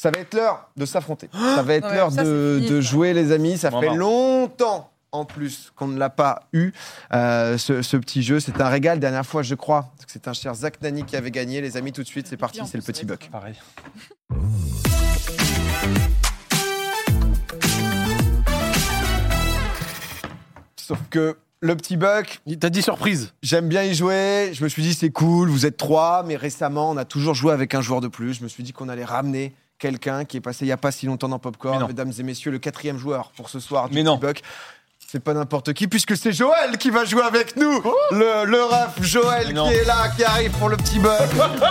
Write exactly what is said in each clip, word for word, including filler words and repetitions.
Ça va être l'heure de s'affronter. Ça va être Ouais, l'heure ça, de, fini, de ça. jouer, les amis. Ça Bon, fait bah. longtemps, en plus, qu'on ne l'a pas eu, euh, ce, ce petit jeu. C'est un régal. Dernière fois, je crois que c'est un cher Zach Nani qui avait gagné. Les amis, tout de suite, c'est parti. en C'est le plus, petit ça va buck. être Pareil. Sauf que le petit buck, T'as dit surprise. j'aime bien y jouer. Je me suis dit, c'est cool, vous êtes trois. Mais récemment, on a toujours joué avec un joueur de plus. Je me suis dit qu'on allait ramener quelqu'un qui est passé il n'y a pas si longtemps dans Mais Popcorn. non. Mesdames et messieurs, le quatrième joueur pour ce soir du Mais petit non. buck. C'est pas n'importe qui, puisque c'est Joël qui va jouer avec nous. Le, le ref Joël Mais non. qui est là, qui arrive pour le petit buck.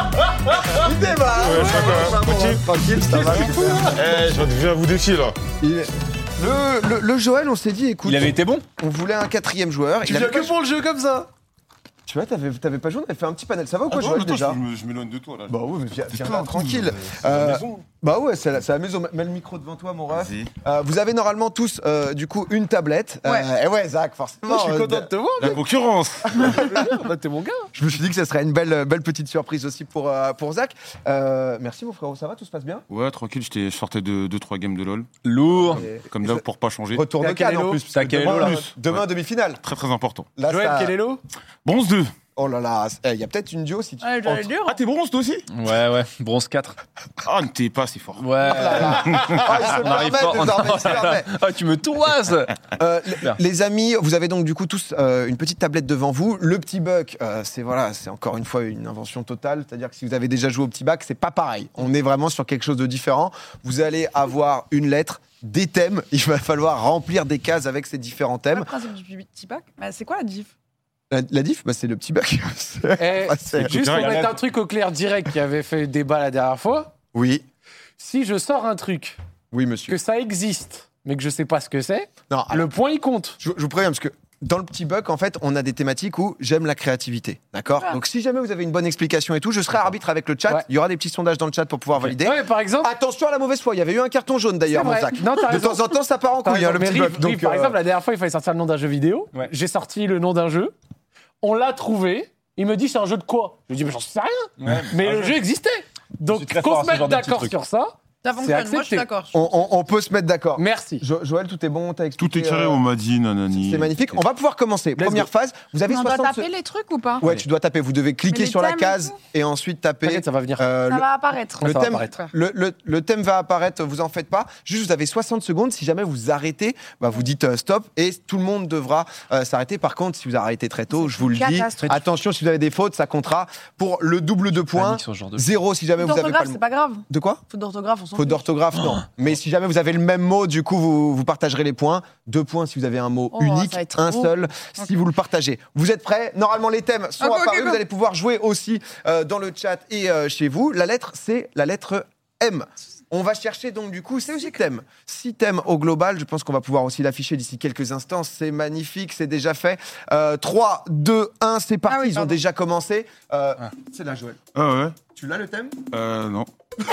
Il démarre. Ouais, ça va, Bon, tranquille. tranquille, ça va. Eh, je viens vous défier là. Il est- Le, le- le Joël, on s'est dit, écoute, Il avait été bon. on voulait un quatrième joueur. Tu Il viens avait que pas- pour le jeu comme ça. Tu vois, t'avais, t'avais pas joué, on avait fait un petit panel. Ça va ou quoi, Attends, Joël, attends, déjà je me- je m'éloigne de toi là. Bah oui, mais viens, viens C'est là, toi, tranquille. C'est la Euh, maison. Bah ouais, c'est la, c'est la maison. Mets le micro devant toi, mon ref. Vas-y. Euh, vous avez normalement tous, euh, du coup, une tablette. Ouais. Euh, et ouais, Zach, forcément. Je suis euh, content de te voir. La concurrence. Bah, t'es mon gars. Je me suis dit que ça serait une belle, belle petite surprise aussi pour, euh, pour Zach. Euh, merci, mon frérot. Ça va, tout se passe bien? Ouais, tranquille, j'étais- je sortais de deux trois games de LoL. Lourd. Et- Comme et d'hab ça- pour pas changer. Retour T'es de à quel Cannes en elo plus. T'es à parce que quel demain, elo, là demain Ouais. demi-finale. Très très important. Là, Joël, ça- quel est l'eau? Bronze deux. Oh là là, il y a peut-être une duo si tu. Ouais, j'allais Oh, dire. Ah, t'es bronze toi aussi? Ouais, ouais. Bronze quatre. Ah, t'es pas assez fort. Ouais. Ah, il se On arrive permet fort. désormais, il se permet. Ah, tu me toises. Euh, les- Super. les amis, vous avez donc du coup tous euh, une petite tablette devant vous. Le petit buck, euh, c'est voilà, c'est encore une fois une invention totale. C'est-à-dire que si vous avez déjà joué au petit buck, c'est pas pareil. On est vraiment sur quelque chose de différent. Vous allez avoir une lettre, des thèmes. Il va falloir remplir des cases avec ces différents C'est quoi thèmes. le principe du petit pack. Bah, c'est quoi la diff? La, la diff, bah, c'est le petit buck. C'est- Eh, Ah, c'est- juste pour Copyright. mettre un truc au clair direct qui avait fait débat la dernière fois, Oui, si je sors un truc, oui, monsieur. que ça existe, mais que je sais pas ce que c'est, Non, alors, le point il compte. je, je vous préviens parce que. Dans le petit buck, en fait, on a des thématiques où j'aime la créativité. D'accord? Ah. Donc, si jamais vous avez une bonne explication et tout, je serai arbitre avec le chat. Ouais. Il y aura des petits sondages dans le chat pour pouvoir valider. Ouais, par exemple. Attention à la mauvaise foi. Il y avait eu un carton jaune d'ailleurs, C'est mon vrai. Zach. Non, t'as De raison. temps en temps, ça part en Par couille, hein, le exemple, petit mais buck. Riff, Donc, Riff, par euh, exemple, la dernière fois, il fallait sortir le nom d'un jeu vidéo. Ouais. J'ai sorti le nom d'un jeu. On l'a trouvé. Il me dit, c'est un jeu de quoi? Je lui dis, mais j'en sais rien. Ouais, Mais un le jeu. jeu existait. Je Donc, suis très qu'on fort à se ce mette genre de petits d'accord trucs. sur ça. Ça fonctionne, moi je suis accepté. d'accord. on, on- on peut se mettre d'accord. Merci. Jo- Joël, tout est bon, t'as expliqué. Tout est carré, euh, on m'a dit, nanani. C'est magnifique. On va pouvoir commencer. Première phase. Vous avez On doit soixante taper les trucs ou pas? Ouais, tu dois taper. Vous devez cliquer les sur la thèmes et case tout et ensuite taper. T'inquiète, ça va venir. euh, Ça le- va apparaître. Le Ça va thème, apparaître. le, le- le thème va apparaître, vous en faites pas. Juste, vous avez soixante secondes. Si jamais vous arrêtez, bah, vous dites euh, stop et tout le monde devra euh, s'arrêter. Par contre, si vous arrêtez très tôt, je vous le dis, catastrophe. attention, si vous avez des fautes, ça comptera pour le double de points. Panique sur ce genre de- Zéro si jamais Faute vous avez pas d'orthographe, le c'est mot. pas grave. De quoi? Faute d'orthographe, on s'en Faute fiche. d'orthographe, non. Mais si jamais vous avez le même mot, du coup, vous, vous partagerez les points. Deux points si vous avez un mot Oh, unique, ça va être un trop. seul si Ok. vous le partagez. Vous êtes prêts? Normalement, les thèmes sont Ok, ok, apparus. go. Vous allez pouvoir jouer aussi euh, dans le chat et euh, chez vous. La lettre, c'est la lettre M. On va chercher donc du coup six thèmes. Six thèmes au global. Je pense qu'on va pouvoir aussi l'afficher d'ici quelques instants. C'est magnifique, c'est déjà fait. Euh, trois, deux, un, c'est parti. Ah oui, Ils ont pardon. déjà commencé. Euh, C'est là, Joël. Ah ouais? Tu l'as le thème? Euh, non.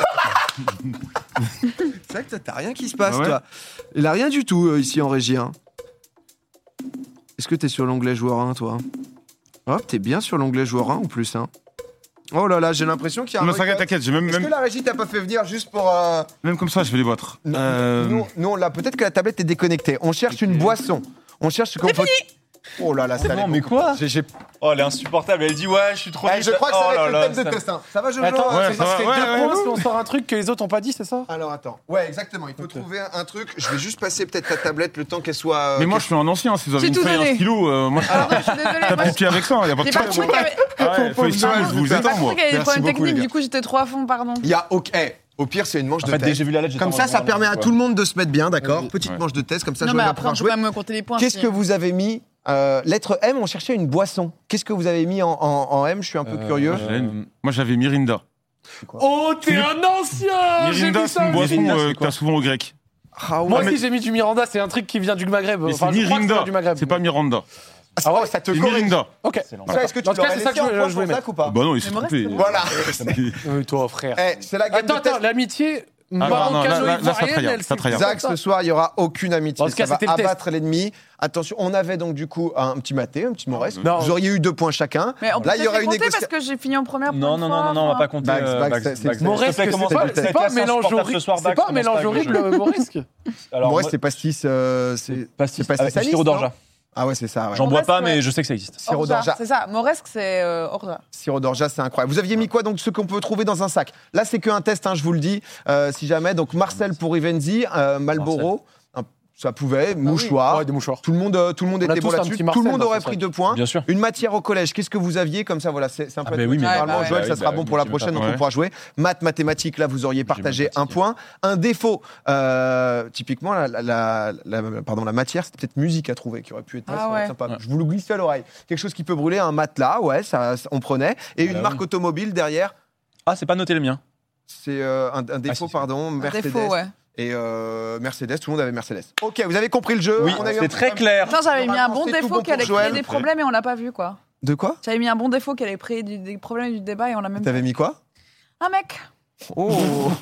C'est vrai que toi, t'as rien qui se passe, Ah ouais toi. Il a rien du tout euh, ici en régie. hein. Est-ce que t'es sur l'onglet joueur un, toi? Hop, t'es bien sur l'onglet joueur un en plus. Hein. Oh là là, j'ai l'impression qu'il y a un. Non, boycott. t'inquiète, t'inquiète, j'ai même, Est-ce même, que la régie t'a pas fait venir juste pour. euh, même comme ça, je vais les battre. n- Euh, Nous, nous, on l'a. Peut-être que la tablette est déconnectée. On cherche une boisson. On cherche ce qu'on peut. Oh là là, ça allait Non, mais beaucoup. quoi? J'ai- j'ai- Oh, elle est insupportable. Elle dit ouais, je suis trop Eh, vite. je crois que ça Oh va là être le là, thème de ça- test. hein. Ça va, Jojo? Attends, Ouais, c'est ça ça va, fait ouais, deux ouais, points ouais. si on sort un truc que les autres ont pas dit, c'est ça? Alors attends. Ouais, exactement. Il faut trouver un, un truc. Je vais juste passer peut-être ta tablette le temps qu'elle soit. euh, Mais moi, qu'elle- je suis un ancien, si vous avez J'ai une tout feuille et un donné. stylo, euh, moi, je Pardon, je suis désolée. tape moi, les pieds avec ça, y a pas de J'ai pas problème. compris qu'il y avait- Ah ouais, feuille stylo, je vous j'ai éteins, pas moi. compris qu'il y avait des Merci problèmes beaucoup, les techniques, gars. du coup j'étais trop à fond, pardon. Il y a. Ok. eh, Au pire, c'est une manche En de fait, test. dès que j'ai vu la lettre, j'étais Comme en ça, mode, ça non, permet à ouais. tout le monde de se mettre bien, d'accord? Ouais. Petite Ouais. manche de test, comme ça, Non, je mais vais après pouvoir on peut jouer. quand même me compter les points. Qu'est-ce si- que vous avez mis euh, lettre M, on cherchait une boisson. Qu'est-ce que vous avez mis en, en- en M? Je suis un peu Euh, curieux. euh, Moi, j'avais Mirinda. Oh, t'es un ancien! J'ai Mirinda, mis c'est ça. une boisson Mirinda, euh, c'est que quoi t'as souvent au grec. Ah ouais. Moi mais- aussi, j'ai mis du Miranda, c'est un truc qui vient du Maghreb. Mais Enfin, c'est je crois que ça Mirinda, vient du Maghreb. c'est pas Miranda. Ah ouais, ça te C'est corrige. Mirinda. Ok. Excellent. Ça, est-ce que tu En tout cas, l'aurais c'est ça laissé que en je- point je voulais pour Zach ou pas? Bah non, il s'est Mais me trompé. reste Voilà. Euh, toi, frère. Eh, c'est la game Attends, de test. attends, l'amitié. Ah, non, non, là, là, là, ça maroccano-ivoirienne, tryhard, elle, ça c'est- tryhard. Zach, ce soir, il y aura aucune amitié. En tout cas, ça va c'était le test. abattre l'ennemi. Attention, on avait donc du coup un petit maté, un petit Moresque. Non. Vous auriez eu deux points chacun. Mais on peut Là, il y aura peut-être une les compter négociation. parce que j'ai fini en première. Non, non, non, non, non, on va pas compter. Bax, euh, Bax, Bax, c'est- c'est- Bax. c'est- Moresque, S'il te plaît, c'est commence pas, pas- c'est ça a été pas un assez mélange insupportable horrible. ce soir, C'est Bax, pas un commence mélange avec le horrible, jeu. le Moresque. Alors, Moresque, moi- c'est pastis. euh, c'est pastis c'est avec pastis sirop non d'orgeat. Ah ouais, c'est ça. Ouais. J'en bois Moresque, pas, ouais. mais je sais que ça existe. Sirop Orgeat, d'orgeat. c'est ça. Moresque, c'est euh, Orgeat. Sirop d'orgeat, c'est incroyable. Vous aviez mis quoi donc ce qu'on peut trouver dans un sac? Là, c'est qu'un test, hein, je vous le dis. Euh, si jamais, donc Marcel pour Rivenzi, euh, Marlboro, un- ça pouvait, mouchoir. Ouais, des mouchoirs. Tout le monde, euh, tout le monde On a était bon tous un là-dessus. petit Tout Marcel le monde dans aurait ce pris sac. deux points. Bien sûr. Une matière au collège, qu'est-ce que vous aviez comme ça? Voilà, c'est c'est un peu. Ah bah oui, mais Normalement, bah ouais. Joël, Bah ça oui, sera bah bon oui, pour la mais prochaine, donc ouais. on pourra jouer. Maths, mathématiques, là, vous auriez partagé mal un fatigué. point. Un défaut, euh, typiquement, la, la, la- la- pardon, la matière, c'est peut-être musique à trouver qui aurait pu être, Ah ça aurait été ouais. sympa. Ouais. Je vous le glisse à l'oreille. Quelque chose qui peut brûler, un matelas, ouais, ça, ça- on prenait. Et une Bah marque oui. automobile derrière, Ah, c'est pas noté le mien. c'est euh, un, un défaut, si, si. pardon, Un Mercedes. défaut, ouais. Et euh, Mercedes, tout le monde avait Mercedes. Ok, vous avez compris le jeu. Oui, On a eu un c'est très problème. clair. Putain, j'avais mis un bon C'est tout défaut bon qui allait pour Joël. créer des problèmes et on l'a pas vu, quoi. De quoi? J'avais mis un bon défaut qui allait créer du- des problèmes et du débat et on l'a même pas T'avais mis quoi? Un mec. Oh.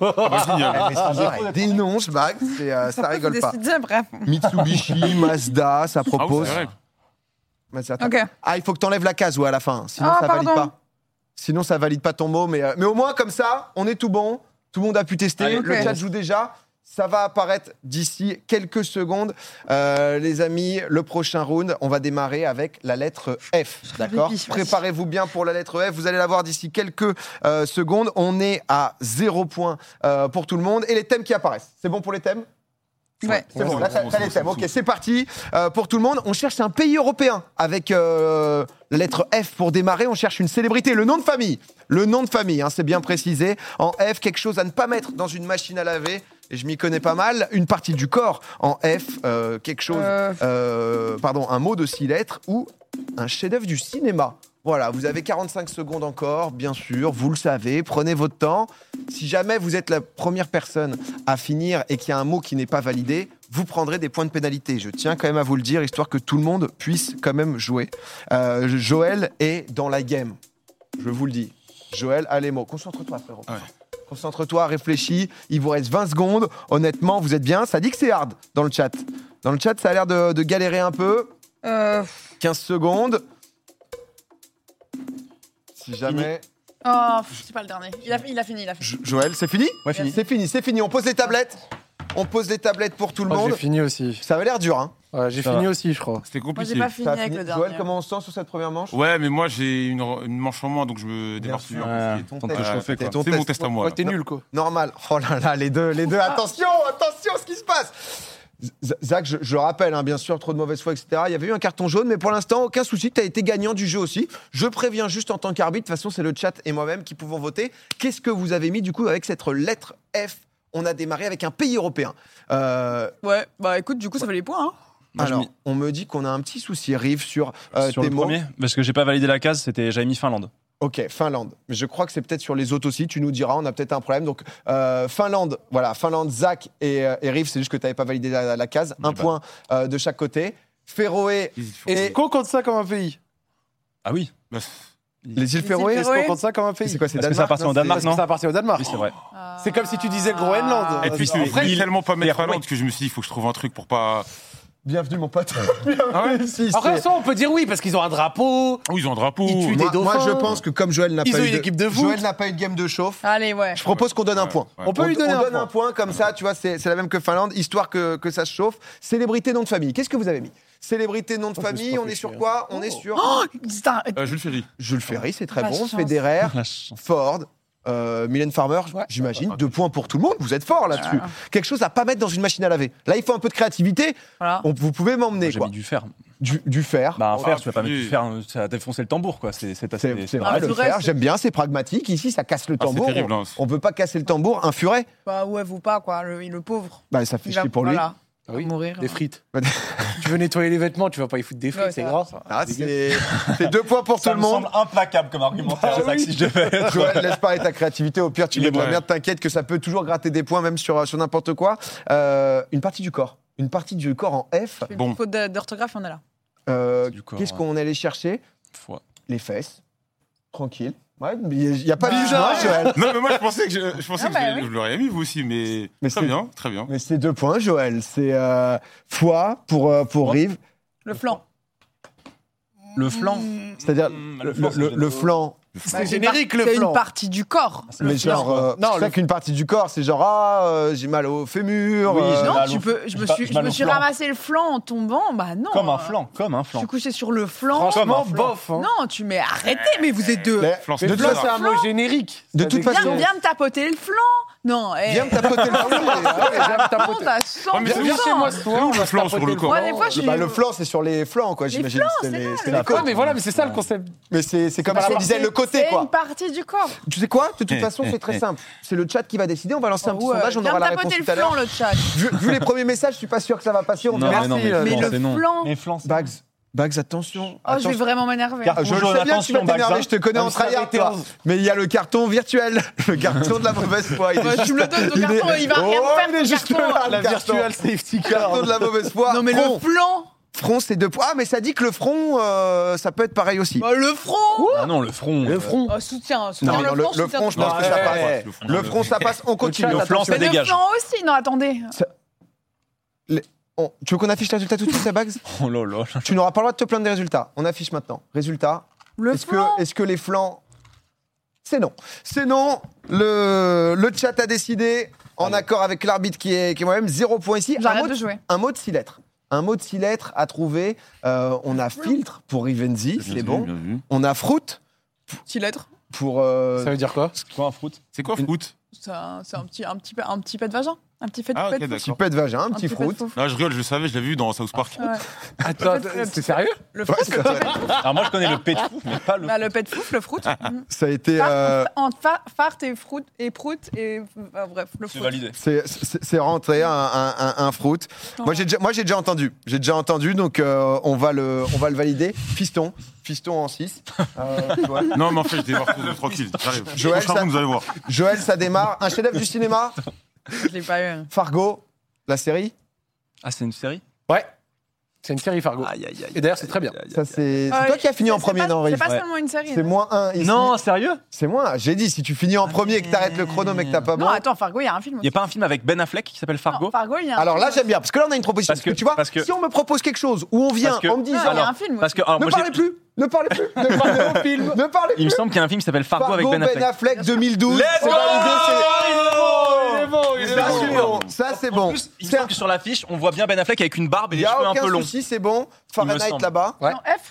Dénonce, Max, c'est, euh, ça rigole pas. Décidé, bref. Mitsubishi, Mazda, ça Ah oui, propose. c'est vrai. Mazda, attends. Ok. Ah, il faut que t'enlèves la case, ouais, à la fin. Sinon, Ah, ça valide pardon. pas. Sinon, ça valide pas ton mot. Mais, euh, mais au moins, comme ça, on est tout bon. Tout le monde a pu tester. Allez, le ok. chat joue déjà. Ça va apparaître d'ici quelques secondes. Euh, les amis, le prochain round, on va démarrer avec la lettre F. D'accord? pipi, vas-y. Préparez-vous bien pour la lettre F. Vous allez la voir d'ici quelques euh, secondes. On est à zéro point euh, pour tout le monde. Et les thèmes qui apparaissent. C'est bon pour les thèmes? Ouais. C'est bon, c'est là, bon, t'as c'est t'as bon, les c'est thèmes. bon, Ok, c'est c'est parti. Euh, pour tout le monde, on cherche un pays européen avec euh, la lettre F pour démarrer. On cherche une célébrité, le nom de famille. Le nom de famille, hein, c'est bien précisé. En F, quelque chose à ne pas mettre dans une machine à laver. Et je m'y connais pas mal. Une partie du corps. En F, euh, quelque chose, Euh. euh, pardon, un mot de six lettres ou un chef-d'œuvre du cinéma. Voilà, vous avez quarante-cinq secondes encore, bien sûr, vous le savez, prenez votre temps. Si jamais vous êtes la première personne à finir et qu'il y a un mot qui n'est pas validé, vous prendrez des points de pénalité. Je tiens quand même à vous le dire, histoire que tout le monde puisse quand même jouer. Euh, Joël est dans la game, je vous le dis. Joël a les mots. Concentre-toi, frérot. Ouais. Concentre-toi, réfléchis. Il vous reste vingt secondes. Honnêtement, vous êtes bien. Ça dit que c'est hard dans le chat. Dans le chat, ça a l'air de, de galérer un peu. Euh... quinze secondes. Si jamais... Oh, c'est pas le dernier. Il a, il a fini, il a fini. Jo- Joël, c'est fini? Ouais, fini. C'est fini, c'est fini. On pose les tablettes. On pose les tablettes pour tout le Moi, monde. j'ai fini aussi. Ça avait l'air dur, hein? Ouais, j'ai Ça fini va. aussi, je crois. C'était Moi, compliqué. j'ai pas fini Ça a avec fini. le dernier. Joël, comment on se sent sur cette première manche? Ouais, mais moi j'ai une, une manche en moins, donc je me démarre sûr. plus. Ouais, ton tente de test. chauffer, C'était quoi. ton C'est test. mon test à moi. Ouais, là. t'es nul, quoi. Normal. Oh là là, les deux, les deux. Attention, attention, ce qui se passe. Z- Zach, je, je rappelle, hein, bien sûr, trop de mauvaise foi, et cetera. Il y avait eu un carton jaune, mais pour l'instant, aucun souci. Tu as été gagnant du jeu aussi. Je préviens juste en tant qu'arbitre. De toute façon, c'est le chat et moi-même qui pouvons voter. Qu'est-ce que vous avez mis du coup avec cette lettre F? On a démarré avec un pays européen. Euh, Ouais, bah écoute, du coup, ça fait les points. Hein. Moi, je alors, mis- on me dit qu'on a un petit souci, Rive, sur, euh, Sur tes le mots. premier, parce que j'ai pas validé la case, c'était j'avais mis Finlande. Ok, Finlande. Mais je crois que c'est peut-être sur les autres aussi. Tu nous diras, on a peut-être un problème. Donc, euh, Finlande, voilà, Finlande, Zach et, euh, et Rive, c'est juste que tu n'avais pas validé la, la case. Un bah. point euh, de chaque côté. Féroé, Est-ce qu'on compte ça comme un pays? Ah oui, Bah, les îles îles Féroé. Féroé. Est-ce qu'on compte ça comme un pays? C'est quoi, c'est Parce que ça Danemark appartient au non, Danemark, Parce que non ça appartient au Danemark. oui c'est vrai. C'est comme si tu disais le Groenland. Et puis Euh, c'est après, il est tellement pas mettre à Féroé. l'ordre que je me suis dit, il faut que je trouve un truc pour pas. Bienvenue, mon pote. Ah ouais Si, Après, c'est- soit on peut dire oui, parce qu'ils ont un drapeau. Oh, ils ont un drapeau. Ils tuent des moi, moi, dauphins. je pense que comme Joël n'a Ils pas ont eu une de... équipe de foot. Joël n'a pas eu de game de chauffe. Allez, ouais. Je propose qu'on donne un Ouais, point. ouais. On peut lui donner on un donne point. un point comme ça, tu vois, c'est c'est la même que Finlande, histoire que, que ça se chauffe. Célébrité, nom de famille. Qu'est-ce que vous avez mis? Célébrité, nom de Oh, je me suis famille, pas on fait est sur chier. quoi? On est Oh. sur Oh, c'est un- Euh, Jules Ferry. Jules Ferry, c'est très La bon. chance. Federer, La chance. Ford, euh, Mylène Farmer, Ouais. j'imagine. Deux points pour tout le monde. Vous êtes fort là-dessus. Ah. Quelque chose à pas mettre dans une machine à laver. Là, il faut un peu de créativité. Voilà. On- vous pouvez m'emmener, J'ai quoi. mis du fer. Du, du fer. Bah, un Oh, fer, ah, tu vas pas mettre du puis- fer, euh, ça va défoncer le tambour, quoi. C'est c'est assez. C'est c'est c'est- vrai, Ah, le tout fer, reste. j'aime bien, c'est pragmatique. Ici, ça casse le Ah, c'est tambour. terrible, on, hein. on veut pas casser le tambour. Un furet, Bah ouais, vous pas, quoi. Le, le pauvre. bah, ça fait Il va chier pour lui. voilà. Ah oui, mourir. des frites. Bah, Tu veux nettoyer les vêtements, tu vas pas y foutre des frites, Ouais, c'est ça gras. Ah, c'est c'est deux points pour tout Ça le me monde. semble implacable comme argumentaire, Ah Zach, oui. si je devais être- Joël, laisse parler ta créativité. Au pire, tu Il mets est de la vrai. merde. T'inquiète que ça peut toujours gratter des points, même sur, sur n'importe quoi. Euh, une partie du corps. Une partie du corps en F. Une Bon. faute de- d'orthographe, on est là. Euh, Du corps, Qu'est-ce ouais. qu'on allait chercher? Foie. Les fesses. Tranquille. Ouais, mais il n'y a pas de Bah, jugement, ouais. Joël. Non, mais moi, je pensais que je, je, pensais Ah, que bah je, oui. je l'aurais mis, vous aussi, mais, Mais très c'est- bien, très bien. Mais c'est deux points, Joël. C'est euh, foi pour, euh, pour Rive. Le flanc. Le flanc. C'est-à-dire Mmh, le, le flanc, le- c'est le génial. flanc. C'est générique, le C'est flanc. une partie du corps. Mais le flanc. genre, euh, Non, c'est le- ça qu'une partie du corps, c'est genre, ah, euh, j'ai mal au fémur. Oui, euh, j'ai Non, mal tu au- peux. Je j'ai me pas- suis, j'ai je mal me au suis flanc. ramassé le flanc en tombant. Bah non. Comme un flanc, comme un Je flanc. suis couché sur le flanc. Franchement, Comme un flanc. bof. Hein. Non, tu mets arrêtez, mais vous êtes deux. Mais- Flanc, Mais De le toute flanc, c'est un mot générique. De Ça toute décrit- façon- Viens, viens me tapoter le flanc. Non, eh. Viens me tapoter le flanc. Viens me Non, tapoter. t'as cent Ouais, mais c'est Viens pour chez cent. moi ce soir. où on le va flanc se sur tapoter le corps Moi, des fois, je Bah, le flanc, c'est sur les flancs, quoi, j'imagine. flancs, C'est c'est les, là, c'est le les côtes. Ah, mais voilà, mais c'est ça le concept. Mais c'est c'est comme Bah, si on c'est- disait le côté, C'est quoi. une partie du corps. Tu sais quoi? De toute Eh, façon, eh, c'est très eh. simple. C'est le chat qui va décider. On va lancer un petit Ouais, sondage. On viens aura me la réponse tapoter tout à le flanc, l'heure. le chat. Vu, vu les premiers messages, je suis pas sûr que ça va passer. On Non, verra mais non, si, mais euh, Mais flanc, le c'est non. flanc. Les flancs, c'est Bags, Bags, attention. Oh, je vais attention. vraiment m'énerver. Car- Je le Jaune, sais bien que tu vas attention, Bags, t'énerver, hein. je te connais Ah, en mais ça avait tryhard, été toi. onze. Mais il y a le carton virtuel, le carton de la mauvaise foi. Il est Ouais, juste- tu me le donnes, ton il est- carton, il va rien Oh, faire, il est ton juste carton. là, le La carton. virtual safety Carton car. de la mauvaise foi. Non, mais Front. le flanc. Front, c'est deux points. Ah, mais ça dit que le front, euh, ça peut être pareil aussi. Bah, le front. Ah non, le front. Le euh, front. Oh, soutien, soutien. Non, non, le, front, le soutien front, tout je pense le que ça Ouais. passe. Ouais, le Le front, ça passe. On continue. chat, Le flanc, ça Mais le dégage. flanc aussi, non, attendez. On- Tu veux qu'on affiche les résultats tout de suite, ça, Bags? Oh là là. Tu n'auras pas le droit de te plaindre des résultats. On affiche maintenant. Résultats. Le Est-ce flanc. que, est-ce que les flancs. C'est non. C'est non. Le, le chat a décidé, en accord avec l'arbitre qui est, qui est moi-même, zéro point ici. Un J'arrête mot de de, jouer. un mot de six lettres. Un mot de six lettres à trouver. Euh, on a filtre pour Rivenzi, c'est bon. Bien vu. On a fruit Petit lettre. pour. euh, Ça veut dire quoi? C'est quoi un fruit? C'est quoi, foot? C'est un, c'est un petit, un petit, un petit pet de vagin. Un petit fait de Ah, pet ok, de petit d'accord. pet de vagin, un Un petit petit pet de fruit. fouf. Non, je rigole, je le savais, je l'avais vu dans South Park. Ouais. Attends, Le fait- c'est sérieux? Le Ouais, fruit, c'est le vrai. pet de fouf. Alors moi, je connais le pet de fou, mais pas le. Bah, le pet de fouf, le fruit. Mm. Ça a été. euh, Fart, en fa- fart et fruit et prout et euh, bref, le C'est fruit. validé. C'est- C'est c'est rentré un, un, un, un fruit. Moi j'ai déjà, moi, j'ai déjà entendu. J'ai déjà entendu, donc euh, on, va le, on va le valider. Fiston. Fiston en six. Euh, Joël. Non, mais en fait, j'étais voir tout tranquille. J'arrive. Joël, Prochain ça- round, vous allez voir. Joël, ça démarre. Un chef-d'œuvre du cinéma. Je l'ai pas eu. Fargo, la série. Ah, c'est une série? Ouais. C'est une série Fargo. Aïe, aïe, aïe. Et d'ailleurs, c'est très bien. Ça c'est c'est Euh, toi qui as fini en c'est- premier, c'est pas- non, C'est Riff pas Ouais. seulement une série. C'est non. moins un. ici. Non, sérieux? C'est moins un. J'ai dit, si tu finis en premier et que t'arrêtes le chrono mais que t'as pas bon. Non, attends, Fargo, il y a un film Il aussi. y a pas un film avec Ben Affleck qui s'appelle Fargo? Non, Fargo, il y a un Alors film là, j'aime bien, parce que là, on a une proposition. Parce Parce que, que- tu vois, parce que- si on me propose quelque chose où on vient Parce que- en me disant. Ah, il y a alors, un film. Parce que, aussi. alors, ne moi, j'ai- parlez plus, ne parlez plus, ne parlez au film, ne parlez plus. il me semble qu'il y a un film qui s'appelle Fargo, Fargo, avec Ben Affleck. deux mille douze. Let's c'est go validé, Il est bon, il c'est est ça, bon. c'est bon. Ça, c'est En bon. plus, il me C'est un- semble que sur l'affiche, on voit bien Ben Affleck avec une barbe et Il les n'y a cheveux un aucun peu longs. souci, c'est bon. Il me Fahrenheit semble. là-bas. Ouais. Non, F.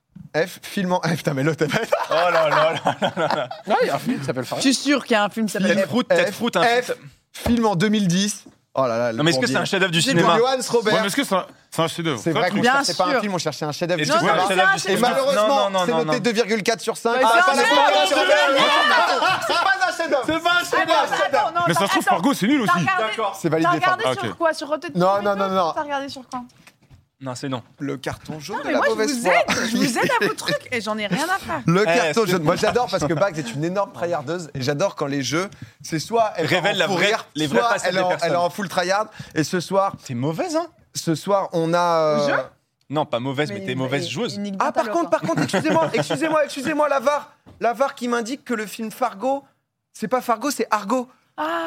F, film en F. Putain, mais l'autre, elle Oh là là là. Ouais, il y a un film qui s'appelle Je Fargo. suis sûr qu'il y a un film qui s'appelle Tête F. fruit, tête F, fruit, un F, film. film en deux mille dix. Oh là là. le Non, mais est-ce que c'est bourbier. un chef-d'œuvre du C'est cinéma? de Johannes Ouais, Robert. mais est-ce que c'est un, c'est un chef-d'œuvre? C'est vrai qu'on Bien cherchait pas un sûr. film, on cherchait un chef-d'œuvre. Est-ce du que Non, c'est non, un cinéma. c'est un chef-d'œuvre du chef-d'œuvre. Et cinéma? malheureusement, Non, non, c'est non, noté non. deux virgule quatre sur cinq. Bah, Ah, c'est pas un la chef-d'œuvre. première chef-d'œuvre. C'est pas un chef-d'œuvre. C'est pas un Attends, attends, non, Mais ça se trouve, attends, Fargo, c'est nul T'as aussi. regardé, D'accord. C'est t'as validé. regardé Fargo. Ah, sur ok. quoi? Sur Rotten Non, Tomatoes non, non, non. T'as regardé sur quoi? Non, c'est non. Le carton jaune Non, de mais la moi, je mauvaise vous foi. aide. Je vous aide à vos trucs et j'en ai rien à faire. Le Eh, carton c'est- jaune. Moi, j'adore parce que Bags est une énorme tryhardeuse et j'adore quand les jeux, c'est soit elle Révèle va la en fou vraie- rire, les vraies soit facettes elle est des en- personnes. elle est en full tryhard. Et ce soir, T'es mauvaise, hein? ce soir, on a. euh, Le jeu Non, pas mauvaise, mais, Mais t'es il- mauvaise il- joueuse. il nique bien Ah, ta par contre, loque, par contre, excusez-moi, excusez-moi, excusez-moi, la V A R, la V A R qui m'indique que le film Fargo, c'est pas Fargo, c'est Argo. Ah,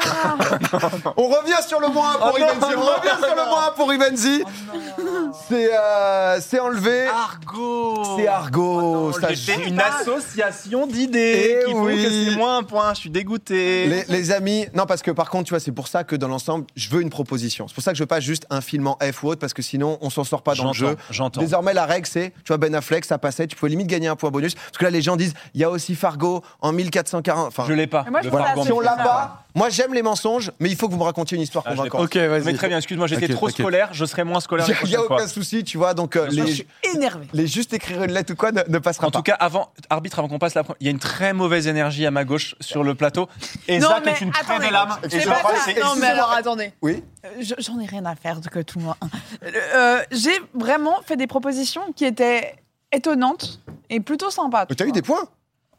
On revient sur le moins un pour Oh non, Rivenzi. On revient sur le moins un pour Rivenzi. oh non. C'est euh, c'est enlevé. Argo. C'est Argo. ça J'ai fait joue. une association d'idées Eh qui font oui. que c'est moins un point. Je suis dégoûté. Les, les amis, non parce que par contre, tu vois, c'est pour ça que dans l'ensemble, je veux une proposition. C'est pour ça que je veux pas juste un film en F ou autre parce que sinon, on s'en sort pas dans le jeu. J'entends, j'entends. Désormais, la règle, c'est, tu vois, Ben Affleck, ça passait, tu pouvais limite gagner un point bonus. Parce que là, les gens disent, il y a aussi Fargo en mille quatre cent quarante. Enfin, Je l'ai pas. Mais moi, je Le trouve ça Fargo, assez si on mais- l'a ça. pas, moi j'aime les mensonges, mais il faut que vous me racontiez une histoire Ah, je l'ai convaincante. Ok, vas-y. Mais très bien, excuse-moi, j'étais T'inquiète, trop t'inquiète. scolaire, je serai moins scolaire Il la n'y a, prochaine fois. aucun souci, tu vois, donc euh, Je les, suis énervé. les juste écrire une lettre ou quoi ne, ne passera En pas. tout cas, avant, arbitre, avant qu'on passe la première, il y a une très mauvaise énergie à ma gauche sur le plateau. Et Non, Zach mais est une très attendez, belle âme. c'est Et je pas crois que ça. c'est- Non, mais excusez-moi. alors attendez. Oui. Euh, je- J'en ai rien à faire que tout le monde. Euh, J'ai vraiment fait des propositions qui étaient étonnantes et plutôt sympas. Mais t'as eu des points.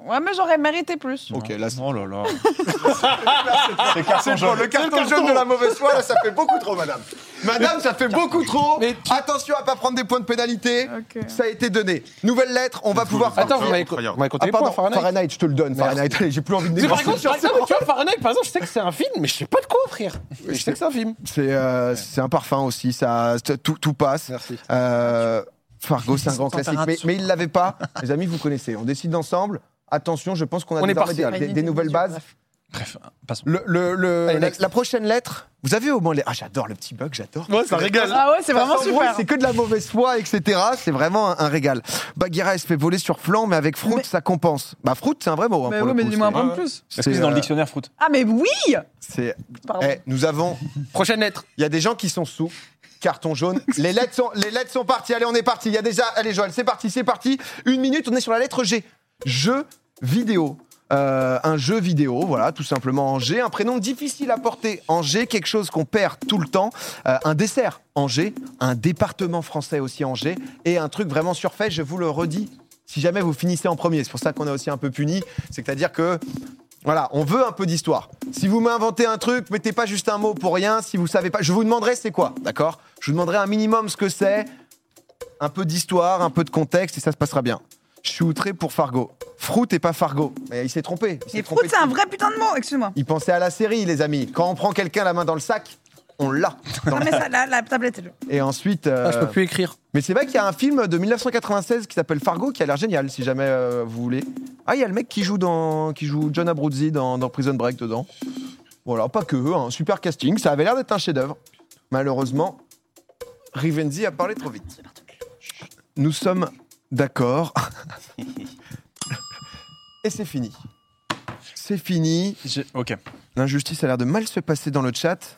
Ouais, mais j'aurais mérité plus. Ok, là, c'est Oh là là. c'est carton jaune. Le carton jaune de la mauvaise foi, là, ça fait beaucoup trop, madame. Madame, ça fait beaucoup trop. Mais tu- Attention à pas prendre des points de pénalité. Ok. Ça a été donné. Nouvelle lettre, on va pouvoir... Attends, vous Fahrenheit. m'avez co- vous m'avez compté Ah les pardon, points, Fahrenheit. Fahrenheit, je te le donne. Merci. Fahrenheit, allez, j'ai plus envie de C'est par négocier contre, sur par ça. exemple, tu vois, Fahrenheit, par exemple, je sais que c'est un film, mais je sais pas de quoi, frère. Mais je sais que c'est un film. C'est euh, c'est un parfum aussi, ça, tout, tout passe. Merci. Euh, Fargo, c'est un grand classique, mais, Température. mais il l'avait pas. Les amis, vous connaissez. On décide ensemble. Attention, je pense qu'on a On est désormais des, partial. des- des nouvelles bases. Bref, passons. Le, le- le- Allez, la, next. la prochaine lettre, vous avez au moins les... Ah, j'adore le petit bug, j'adore. Ouais, ça régale. Ah ouais, c'est vraiment Sans bruit, super. C'est que de la mauvaise foi, et cetera. C'est vraiment un, un régal. Bagheera, elle se fait voler sur flanc, mais avec Fruit, Mais- ça compense. Bah, Fruit, c'est un vrai mot. Hein, Mais pour oui, le mais coup. dis-moi un C'est- peu ouais. plus. Est-ce que c'est dans euh, le dictionnaire fruit? Ah, mais oui c'est- Pardon. Eh, nous avons... Prochaine lettre. Il y a des gens qui sont sous. Carton jaune. Les lettres sont, les lettres sont parties. Allez, on est parti. Il y a déjà. Allez, Joël, c'est parti, c'est parti. Une minute, on est sur la lettre G. Jeu vidéo. Euh, un jeu vidéo, voilà, tout simplement en G. Un prénom difficile à porter en G, quelque chose qu'on perd tout le temps. Euh, un dessert en G. Un département français aussi en G. Et un truc vraiment surfait, je vous le redis. Si jamais vous finissez en premier, c'est pour ça qu'on est aussi un peu puni. C'est-à-dire que voilà, on veut un peu d'histoire. Si vous m'inventez un truc, mettez pas juste un mot pour rien. Si vous savez pas, je vous demanderai c'est quoi, d'accord? Je vous demanderai un minimum ce que c'est, un peu d'histoire, un peu de contexte, et ça se passera bien. Je suis outré pour Fargo. Fruit et pas Fargo. Mais il s'est trompé. Il s'est Et trompé Prout, c'est un de- vrai putain de mot, excuse-moi. Il pensait à la série, les amis. Quand on prend quelqu'un la main dans le sac, on l'a. Non, mais ça, la, la tablette est le. Et ensuite. euh, Ah, je peux plus écrire. Mais c'est vrai qu'il y a un film de mille neuf cent quatre-vingt-seize qui s'appelle Fargo qui a l'air génial, si jamais euh, vous voulez. Ah, il y a le mec qui joue, dans, qui joue John Abruzzi dans, dans Prison Break dedans. Voilà, pas que, un super casting. Ça avait l'air d'être un chef-d'œuvre. Malheureusement, Rivenzi a parlé trop vite. Nous sommes d'accord. Et c'est fini. C'est fini. J'ai- Ok. L'injustice a l'air de mal se passer dans le chat.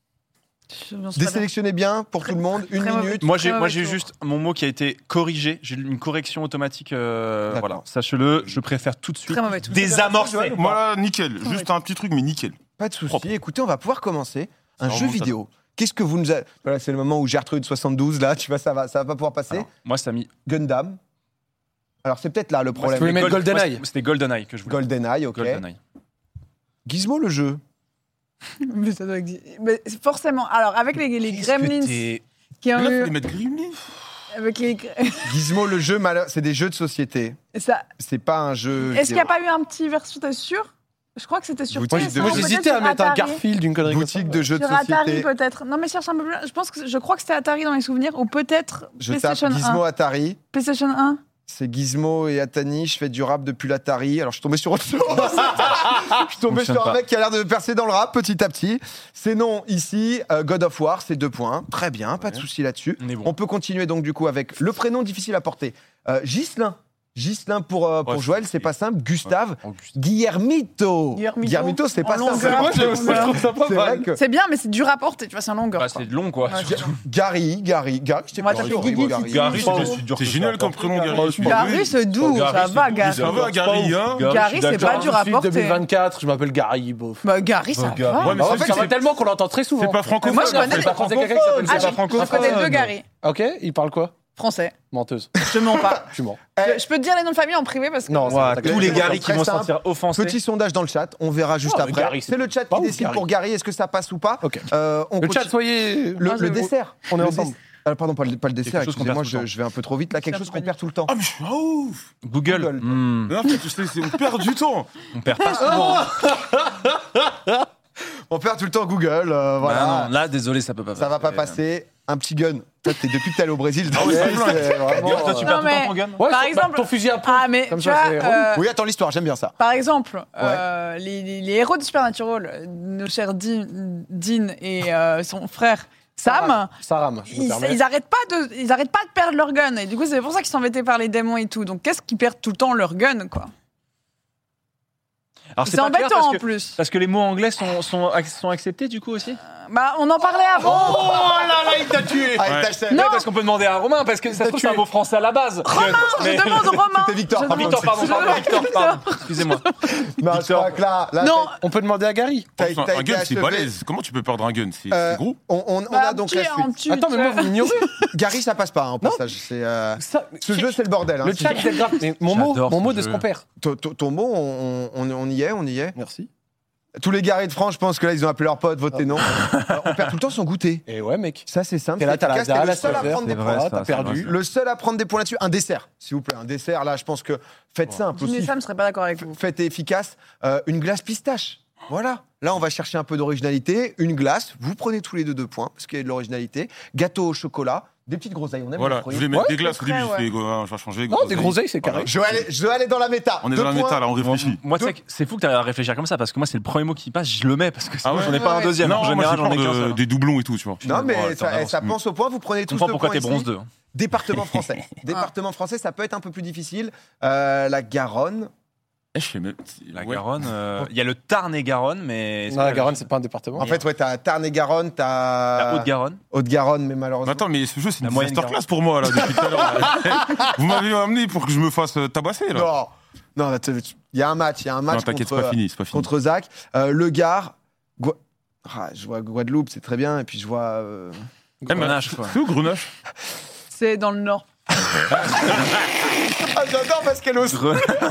Désélectionnez bien pour tout le monde. Une Très mauvais. minute. Moi, j'ai, Très moi, mauvais j'ai tour. juste mon mot qui a été corrigé. J'ai une correction automatique. euh, D'accord. voilà, sachez-le. Je préfère tout de suite Très mauvais tour. désamorcer. Moi, nickel. Juste un petit truc, mais nickel. Pas de souci. Propre. Écoutez, on va pouvoir commencer un Ça jeu remonte à- vidéo. Qu'est-ce que vous nous avez... Voilà, c'est le moment où Gertrude soixante-douze, là, tu vois, ça va, ça va pas pouvoir passer. Alors, moi, ça a mis. Gundam. Alors, c'est peut-être là le Tu problème. voulais mettre Gold- GoldenEye. moi, c'était- C'était GoldenEye que je voulais. GoldenEye, ok. GoldenEye. Gizmo, le jeu. Mais ça doit exister. Mais forcément. Alors, avec les, les Gremlins T'es- qui ont Mais là, eu. faut les mettre Gremlins. Avec les... Gizmo, le jeu, mal- c'est des jeux de société. ça... C'est pas un jeu. Est-ce qu'il n'y a vidéo. pas eu un petit version, t'es sûr? Je crois que c'était sur Boutique P S un, de- Moi, Peut-être j'hésitais à sur mettre un Atari. Garfield, une connerie comme Boutique ça. de jeux de Sur Atari société. peut-être. Non mais cherche un peu plus. Je pense que je crois que c'était Atari dans les souvenirs ou peut-être Je tape PlayStation Gizmo un. Atari. PlayStation un. C'est Gizmo et Atani. Je fais du rap depuis l'Atari. Alors, je suis tombé sur autre chose. Je suis tombé Fonctionne sur un pas. mec qui a l'air de percer dans le rap petit à petit. C'est non ici. euh, God of War, c'est deux points. Très bien, pas de souci là-dessus. On est bon. On peut continuer donc du coup avec le prénom difficile à porter. Euh, Ghislain. Ghislain pour, euh, pour Ouais, Joël, c'est pas simple. Gustave. Auguste. Guillermito. Guillermito. c'est En pas simple. longueur. Moi, je moi, je trouve ça pas C'est vrai mal. que C'est bien mais c'est dur à porter, tu vois, c'est en longueur. Bah, quoi. c'est long, quoi. Ouais, surtout. Gary, Gary, Gary. je t'ai On va pas taper horrible, Guigui, Gary. Gary, Pas c'est ouf. c'est dur. C'est que génial ça. comme prénom, Gary. Gary, Je suis Gary, désolé. c'est doux, Gary, ça c'est va, doux, Gary. Ça va, Gary, hein Gary, Gary, je suis c'est d'accord. pas dur à Suite porter. deux mille vingt-quatre, je m'appelle Gary, bof. Bah Gary, ça Bah, Gary. va. Ouais, mais En c'est fait, ça c'est- va tellement qu'on l'entend très souvent. c'est pas francophone. Moi, je connais c'est des pas français, quelqu'un qui s'appelle Ah, c'est je, pas francophone. je connais deux Gary. Ok, il parle quoi? Français. Menteuse. Je mens pas. Tu mens. Je, je peux te dire les noms de famille en privé parce que. Non, Ouah, T'inquiète. tous les C'est Gary qui très vont se simple. sentir offensés. Petit sondage dans le chat, on verra juste Oh, mais après. Gary, c'est c'est le chat pas qui ouf, décide Gary. pour Gary, est-ce que ça passe ou pas Ok. Euh, on Le continue- chat, soyez. Le, Moi, le je- dessert. On est Le ensemble. dess- Ah, pardon, pas le, pas le dessert, Quelque chose qu'on excusez-moi, perd tout le je, je vais un peu trop vite. Là, quelque chose qu'on perd tout le temps. Ah, mais je suis un ouf. Google. Google. Hmm, Non, en fait, tu sais, c'est- on perd du temps. on perd pas souvent. On perd tout le temps Google, euh, voilà. Bah non, là, désolé, ça peut pas passer. Ça va pas passer. Un petit gun. Toi, t'es depuis que t'es allé au Brésil. Ah ouais, c'est c'est plein. vraiment, Toi, tu euh, perds Non, tout le temps mais- ton gun Ouais, Par bah, exemple- ton fusil à pompe. Ah mais Comme tu ça, vois, c'est relou. euh, Oui, attends l'histoire, j'aime bien ça. par exemple, euh, les, les- les héros de Supernatural, nos chers Dean, Dean et euh, son frère Sam, Ça rame, je me ils, permets. ils arrêtent pas de, ils arrêtent pas de perdre leur gun. Et du coup, c'est pour ça qu'ils sont embêtés par les démons et tout. Donc, qu'est-ce qu'ils perdent tout le temps leur gun, quoi? Alors C'est pas clair embêtant parce en que, plus. parce que les mots anglais sont, sont, ac- sont acceptés du coup aussi. Bah, on en parlait avant. Oh là là, il t'a tué. Ah, Ouais. il t'a- Non. Ouais, parce qu'on peut demander à Romain parce que ça se trouve c'est un mot français à la base. Romain, Mais- je demande Romain. C'était Victor. Je Ah, Ah, demande- Victor, pardon, je pardon, demande Victor, pardon. Excusez-moi. Non, je Victor. crois que là, là, Non, On peut demander à Gary. t'as- Enfin, t'as un été gun, c'est achevé. balèze. Comment tu peux perdre un gun? C'est Euh, c'est gros. On, on- on bah, a un donc petit- la un suite. petit- Attends, mais moi, vous m'ignorez. Gary, ça passe pas, hein, au passage. C'est, euh, Ça- Ce jeu, c'est le bordel. hein. Le C'est- chat, c'est grave. Mais mon mot, J'adore mon ce mot de ce jeu. qu'on perd. ton, ton- ton mot, on, on- on y est, on y est. Merci. Tous les Gary de France, je pense que là, ils ont appelé leurs potes, votez non. Euh, on perd tout le temps son goûter. Et ouais, mec. Ça, c'est simple. T'es là, c'est t'as la efficace, t'es dalle, le la seul à saveur, prendre des c'est vrai, points. ça, T'as ça, perdu. Le seul à prendre des points là-dessus, un dessert, s'il vous plaît. Un dessert, là, je pense que faites simple Jimmy et aussi. Sam ne seraient pas d'accord avec vous. Faites efficace. Euh, une glace pistache. Voilà. Là, on va chercher un peu d'originalité. Une glace, vous prenez tous les deux deux points, parce qu'il y a de l'originalité. Gâteau au chocolat, des petites groseilles. On aime Voilà, les je fruits. voulais mettre Ouais, des glaces au c'est début. frais, Je fais, euh, je vais changer. Non, des groseilles, c'est carré. Je dois aller, je dois aller dans la méta. On est Deux dans la points. méta, là, on réfléchit. Moi, Donc- c'est, c'est fou que tu à réfléchir comme ça parce que moi, c'est le premier mot qui passe, je le mets parce que sinon, Ah ouais j'en ai pas Ouais. un deuxième. Non, en moi, général, j'ai j'en ai peur qu'un de- seul. des doublons et tout, tu vois. Non, mais Ouais, ça, t'as ça raison. pense au point. Vous prenez Je tous comprends deux pourquoi points t'es ici. bronze deux. Département français. Département français, ça peut être un peu plus difficile. Euh, la Garonne. Eh, je sais même. La ouais. Garonne, euh, il y a le Tarn et Garonne, mais. Non, la Garonne, c'est pas un département. En fait, ouais, t'as Tarn et Garonne, t'as La Haute-Garonne. Haute-Garonne, mais malheureusement. Attends, mais ce jeu, c'est La une moyenne masterclass pour moi, là, depuis tout à l'heure. là. Vous m'avez amené pour que je me fasse euh, tabasser, là. Non, non, là, t'as- il y a un match, il y a un match Non, t'inquiète, c'est contre, pas fini, c'est pas fini. contre Zach. Euh, le Gard, Gua- ah, je vois Guadeloupe, c'est très bien, et puis je vois. euh, Eh, mais Grenache, quoi. C'est où Grenache? C'est dans le Nord. Ah, j'adore parce qu'elle ose.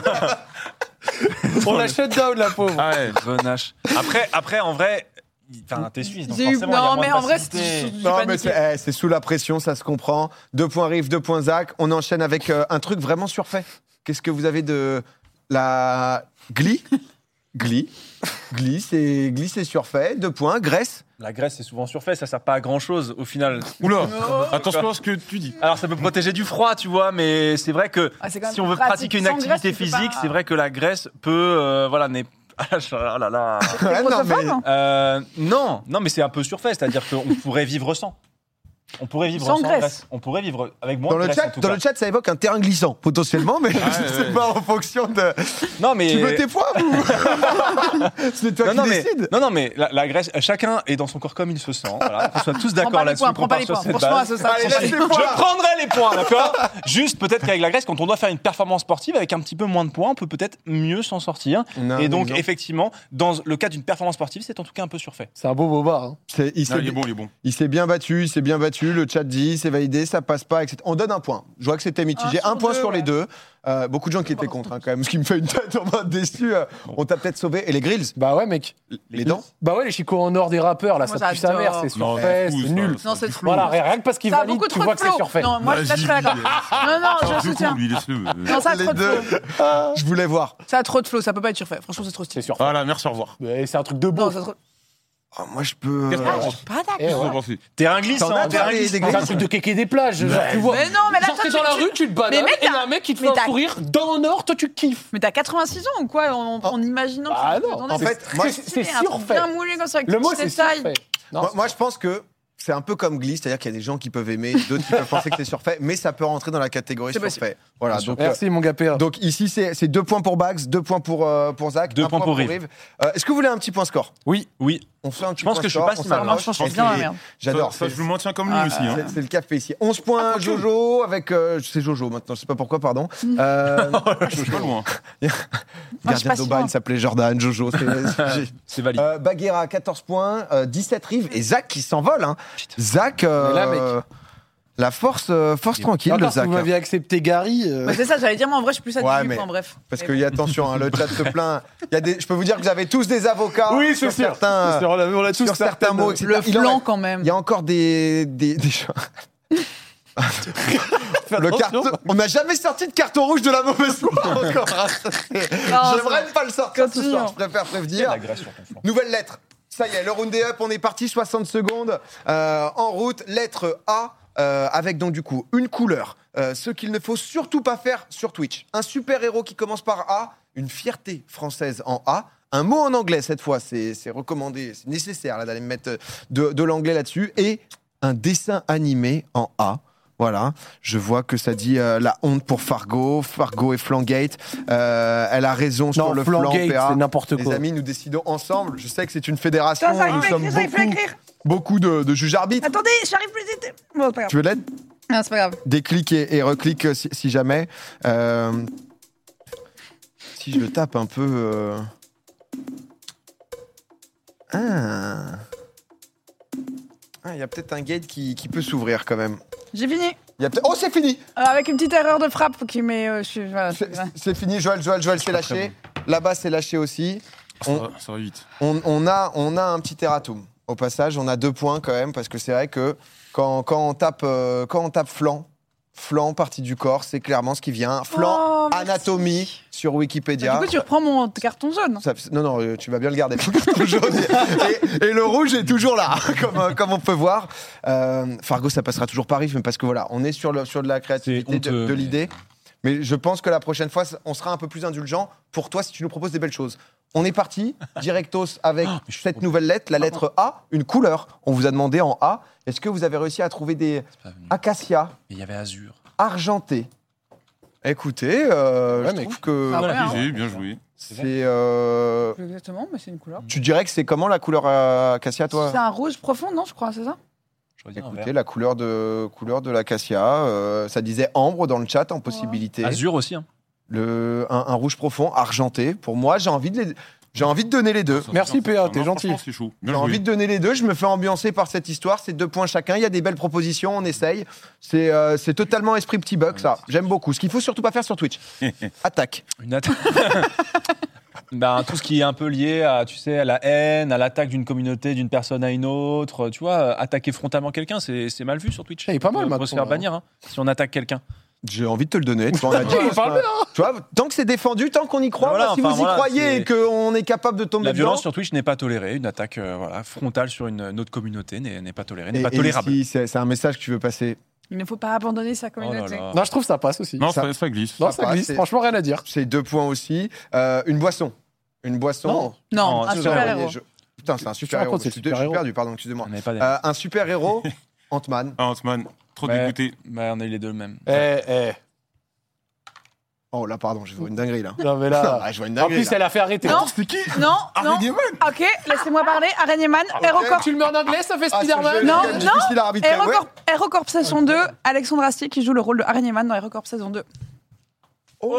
On la shut down, la pauvre. Ah ouais. Grenache. Après, après, en vrai, enfin, t'es suisse, donc J'ai eu- forcément, il y a Non, moins mais de en vrai, facilité. c'est- j'ai Non, mais paniqué. c'est eh, c'est sous la pression, ça se comprend. Deux points Riff, deux points Zach. On enchaîne avec euh, un truc vraiment surfait. Qu'est-ce que vous avez de la Glee Glee. Glee, c'est Glee, c'est surfait. Deux points. Grèce. La Grèce, c'est souvent surfait, ça sert pas à grand chose au final. Oula, Oh. attention à ce que tu dis. Alors, ça peut protéger du froid, tu vois, mais c'est vrai que Ah, c'est quand même si on veut pratique. pratiquer une Sans activité graisse, tu peux physique, pas- c'est vrai que la Grèce peut, euh, voilà, n'est ah là là. Ouais, non, mais- grossophobe Euh, non, non, mais c'est un peu surfait, c'est-à-dire qu'on pourrait vivre sans. On pourrait vivre Sans sans, Grèce. Grèce. On pourrait vivre avec moins Dans de le, Grèce, en chat, tout dans cas. le chat, ça évoque un terrain glissant, potentiellement, mais Ah, je ouais, sais ouais. pas en fonction de. Non, mais. Tu veux tes points ou C'est toi non, qui non, mais, décides. non, non, mais la, la Grèce, chacun est dans son corps comme il se sent. Voilà, qu'on soit tous Prends d'accord pas les là-dessus. points, qu'on prends pas part les sur points. cette Franchement, à base. ce stade, Allez, prends pas laisse les les points. points. Je prendrai les points, d'accord. Juste peut-être qu'avec la Grèce, quand on doit faire une performance sportive avec un petit peu moins de points, on peut peut-être mieux s'en sortir. Non, Et donc, non. effectivement, dans le cas d'une performance sportive, c'est en tout cas un peu surfait. C'est un beau bobard. Hein. C'est- il Non, s'est il est bon, il est bon. il s'est bien battu, il s'est bien battu. Le chat dit, c'est validé, ça passe pas, et cetera. On donne un point. Je vois que c'était mitigé. Un Un, sur point deux, sur les ouais. deux. Euh, beaucoup de gens qui étaient contre, hein, quand même. Ce qui me fait une tête en mode déçu. Euh, on t'a peut-être sauvé. Et les grills, Bah ouais, mec. les dents. Bah ouais, les chicots en or des rappeurs, là, Moi, ça pue sa j'adore. mère, c'est Non, surfait, c'est fou, c'est ça. nul. Non, c'est flou. Voilà, rien que parce qu'il Ça a valide, beaucoup tu trop vois de que c'est flow. surfait. Non, moi, je suis Vas-y, très d'accord. lui, Non, non, je Sors du soutiens. coup, lui, laisse-le. Non, ça a Les trop de deux. flow. Je voulais voir. Ça a trop de flow, ça peut pas être surfait. Franchement, c'est trop C'est stylé. surfait. Voilà, merci, au revoir. Mais c'est un truc de Non, beau. c'est trop. Oh, moi, je peux. Qu'est-ce euh, que Ah, je suis pas d'accord. Eh Qu'est-ce que ouais. vous pensez? Terrain glissant, T'en as, terrain toi, des- glissant. des C'est un truc de kéké des plages, genre, tu vois. Mais non, mais là, Genre, toi, t'es tu- dans la tu- rue, tu te balades, Mais mec, et il y a t'as- un mec qui te mais fait un t'as- sourire dans le nord, toi tu kiffes. Mais t'as quatre-vingt-six ans ou quoi en, en imaginant Bah que tu non, peux en t'en fait, être- moi, c'est c'est stylé, un truc surfait. bien moulé comme ça, avec Le une mot petite c'est taille. surfait. Non, Moi, moi, je pense que c'est un peu comme Glee, c'est-à-dire qu'il y a des gens qui peuvent aimer, d'autres qui peuvent penser que c'est surfait, mais ça peut rentrer dans la catégorie C'est possible. surfait. Voilà. Donc, euh, Merci mon gars P A. donc ici, c'est c'est deux points pour Bags, deux points pour, euh, pour Zach, Deux un points point pour Rive. Euh, Est-ce que vous voulez un petit point score? Oui, oui. On fait un petit Je pense point que je suis score, pas si on mal. s'arrange. Moi, je pense que je suis pense bien, qu'il est- la merde. J'adore. Ça, ça, c'est- je le maintiens comme lui Ah, aussi. Hein. C'est c'est le café ici. onze points Ah, Jojo avec. euh, c'est Jojo maintenant, je sais pas pourquoi, pardon. Euh, Je suis pas loin. je suis gardien pas si d'Aubagne loin. s'appelait Jordan, Jojo. c'est- j'ai- C'est valide. Euh, Baguera, quatorze points, euh, dix-sept Rive et Zach qui s'envole. Hein. Zach, euh, Mais là, mec. la force, euh, force tranquille, le Encore, si Zach. vous m'aviez accepté Gary. euh, Bah, c'est ça, j'allais dire, moi en vrai, je suis plus à Ouais, dix-huit mais- points, bref. Parce Mais qu'il y a attention, hein, le chat se plaint. Il y a des, je peux vous dire que vous avez tous des avocats. Oui, sur c'est sûr. Certains, C'est sûr, on a- on a tous sur certains certaines- mots, et cetera. le Il en flanc reste- quand même. Il y a encore des, des, des choses. Le carton, on n'a jamais sorti de carton rouge de la mauvaise foi encore. hein. Ça, c'est- Non, J'aimerais ça- pas le sortir ce Continue. soir, je préfère prévenir. La Grèce sur ton flanc. Nouvelle lettre. Ça y est, le round est up, on est parti, soixante secondes. Euh, en route, lettre A, euh, avec donc du coup une couleur. Euh, ce qu'il ne faut surtout pas faire sur Twitch. Un super-héros qui commence par A, une fierté française en A. Un mot en anglais cette fois, c'est c'est recommandé, c'est nécessaire là, d'aller me mettre de, de l'anglais là-dessus. Et un dessin animé en A. Voilà, je vois que ça dit euh, la honte pour Fargo, Fargo et Flangate. Euh, elle a raison sur Non, le flanc, Flangate, P A. c'est n'importe Les quoi. amis, nous décidons ensemble. Je sais que c'est une fédération, Ça, ça, il nous faut sommes écrire, ça, il faut beaucoup, écrire. beaucoup de, de juges arbitres. Attendez, j'arrive plus vite. Bon, c'est pas grave. Tu veux de l'aide? Non, c'est pas grave. Déclic et, et reclic euh, si, si jamais. Euh, si je le tape un peu. euh, Ah. Ah, il y a peut-être un gate qui, qui peut s'ouvrir quand même. J'ai fini. Il y a peut-être- Oh, c'est fini! Euh, avec une petite erreur de frappe qui met. Euh, je suis- voilà, C'est c'est- c'est fini, Joël, Joël, Joël s'est lâché. Là-bas, c'est lâché aussi. Ça, On- va, ça va vite. On, on a, on a un petit erratum. Au passage, on a deux points quand même, parce que c'est vrai que quand, quand, on, tape, euh, quand on tape flanc, flanc, partie du corps, c'est clairement ce qui vient. Flanc, Oh, merci. anatomie, sur Wikipédia. Du coup, tu reprends mon carton jaune. Ça- non, non, euh, tu vas bien le garder. Le carton jaune et, et le rouge est toujours là, comme, euh, comme on peut voir. Euh, Fargo, ça passera toujours par rive, mais parce que voilà, on est sur, le, sur de la créativité, C'est de, honteux, de mais- l'idée. Mais je pense que la prochaine fois, on sera un peu plus indulgent pour toi si tu nous proposes des belles choses. On est parti, directos, avec cette nouvelle lettre, la lettre A, une couleur. On vous a demandé en A, est-ce que vous avez réussi à trouver des C'est pas venu. acacias Mais il y avait Azur. argentés? Écoutez, euh, Ouais, je mec. trouve que Ah ouais, hein. Bien joué, bien joué. c'est... euh, Exactement, mais c'est une couleur. Tu dirais que c'est comment la couleur euh, acacia, toi? C'est un rouge profond, non, je crois, c'est ça? J'aurais dit un Écoutez, vert. la couleur de, couleur de l'acacia, euh, ça disait ambre dans le chat en possibilité. Azur aussi. Hein. Le, un, un rouge profond, argenté. Pour moi, j'ai envie de les, j'ai envie de donner les deux. Ça, Merci, ça, P A, ça, t'es non, gentil. franchement, C'est chaud. Bien J'ai joué. envie de donner les deux. Je me fais ambiancer par cette histoire. C'est deux points chacun. Il y a des belles propositions. On essaye. C'est, euh, c'est totalement esprit petit buck, ça. J'aime beaucoup. Ce qu'il faut surtout pas faire sur Twitch. Attaque. Une attaque. Ben, tout ce qui est un peu lié à, tu sais, à la haine, à l'attaque d'une communauté, d'une personne à une autre. Tu vois, attaquer frontalement quelqu'un, c'est c'est mal vu sur Twitch. Il est pas mal, On peut Macron, se faire hein. bannir hein, si on attaque quelqu'un. J'ai envie de te le donner. Tu vois, on a dit, Il parle bien, tu vois, tant que c'est défendu, tant qu'on y croit, Voilà, bah, si enfin, vous y voilà, croyez c'est- et qu'on est capable de tomber La dedans. violence sur Twitch n'est pas tolérée. Une attaque euh, voilà, frontale sur une, une autre communauté n'est n'est pas tolérée, n'est Et- pas et tolérable. ici, c'est c'est un message que tu veux passer. Il ne faut pas abandonner sa Oh là communauté. là. Non, je trouve ça passe aussi. Non, Ça- ça, ça glisse. Non, ça ça passe, glisse. c'est- Franchement, rien à dire. C'est deux points aussi. Euh, une boisson. Une boisson. Non. Non, Non, un c'est super Ouais, héros. je- Putain, c'est un super racontes, héros. c'est Je suis le je suis super-héros. perdu, pardon, excusez-moi. On n'avait pas des- Euh, un super héros, Ant-Man. Ah, Ant-Man, trop Ouais. dégoûté. Ouais, on a eu les deux le même. Eh, eh. Oh là, pardon, je vois une dinguerie là. Non, mais là. Ah, je vois une En dinguerie. plus, là. elle a fait arrêter. Non. C'est qui Non, non. Araignée Man. Ok, laissez-moi parler. Araignée Man, HeroCorp. Tu le mets en anglais, ça fait Ah, ce jeu Spider-Man. est Non, quand même non. difficile à arbitrer. Ouais. HeroCorp, HeroCorp saison deux, Alexandre Astier qui joue le rôle de Araignée Man dans HeroCorp saison deux. Oh,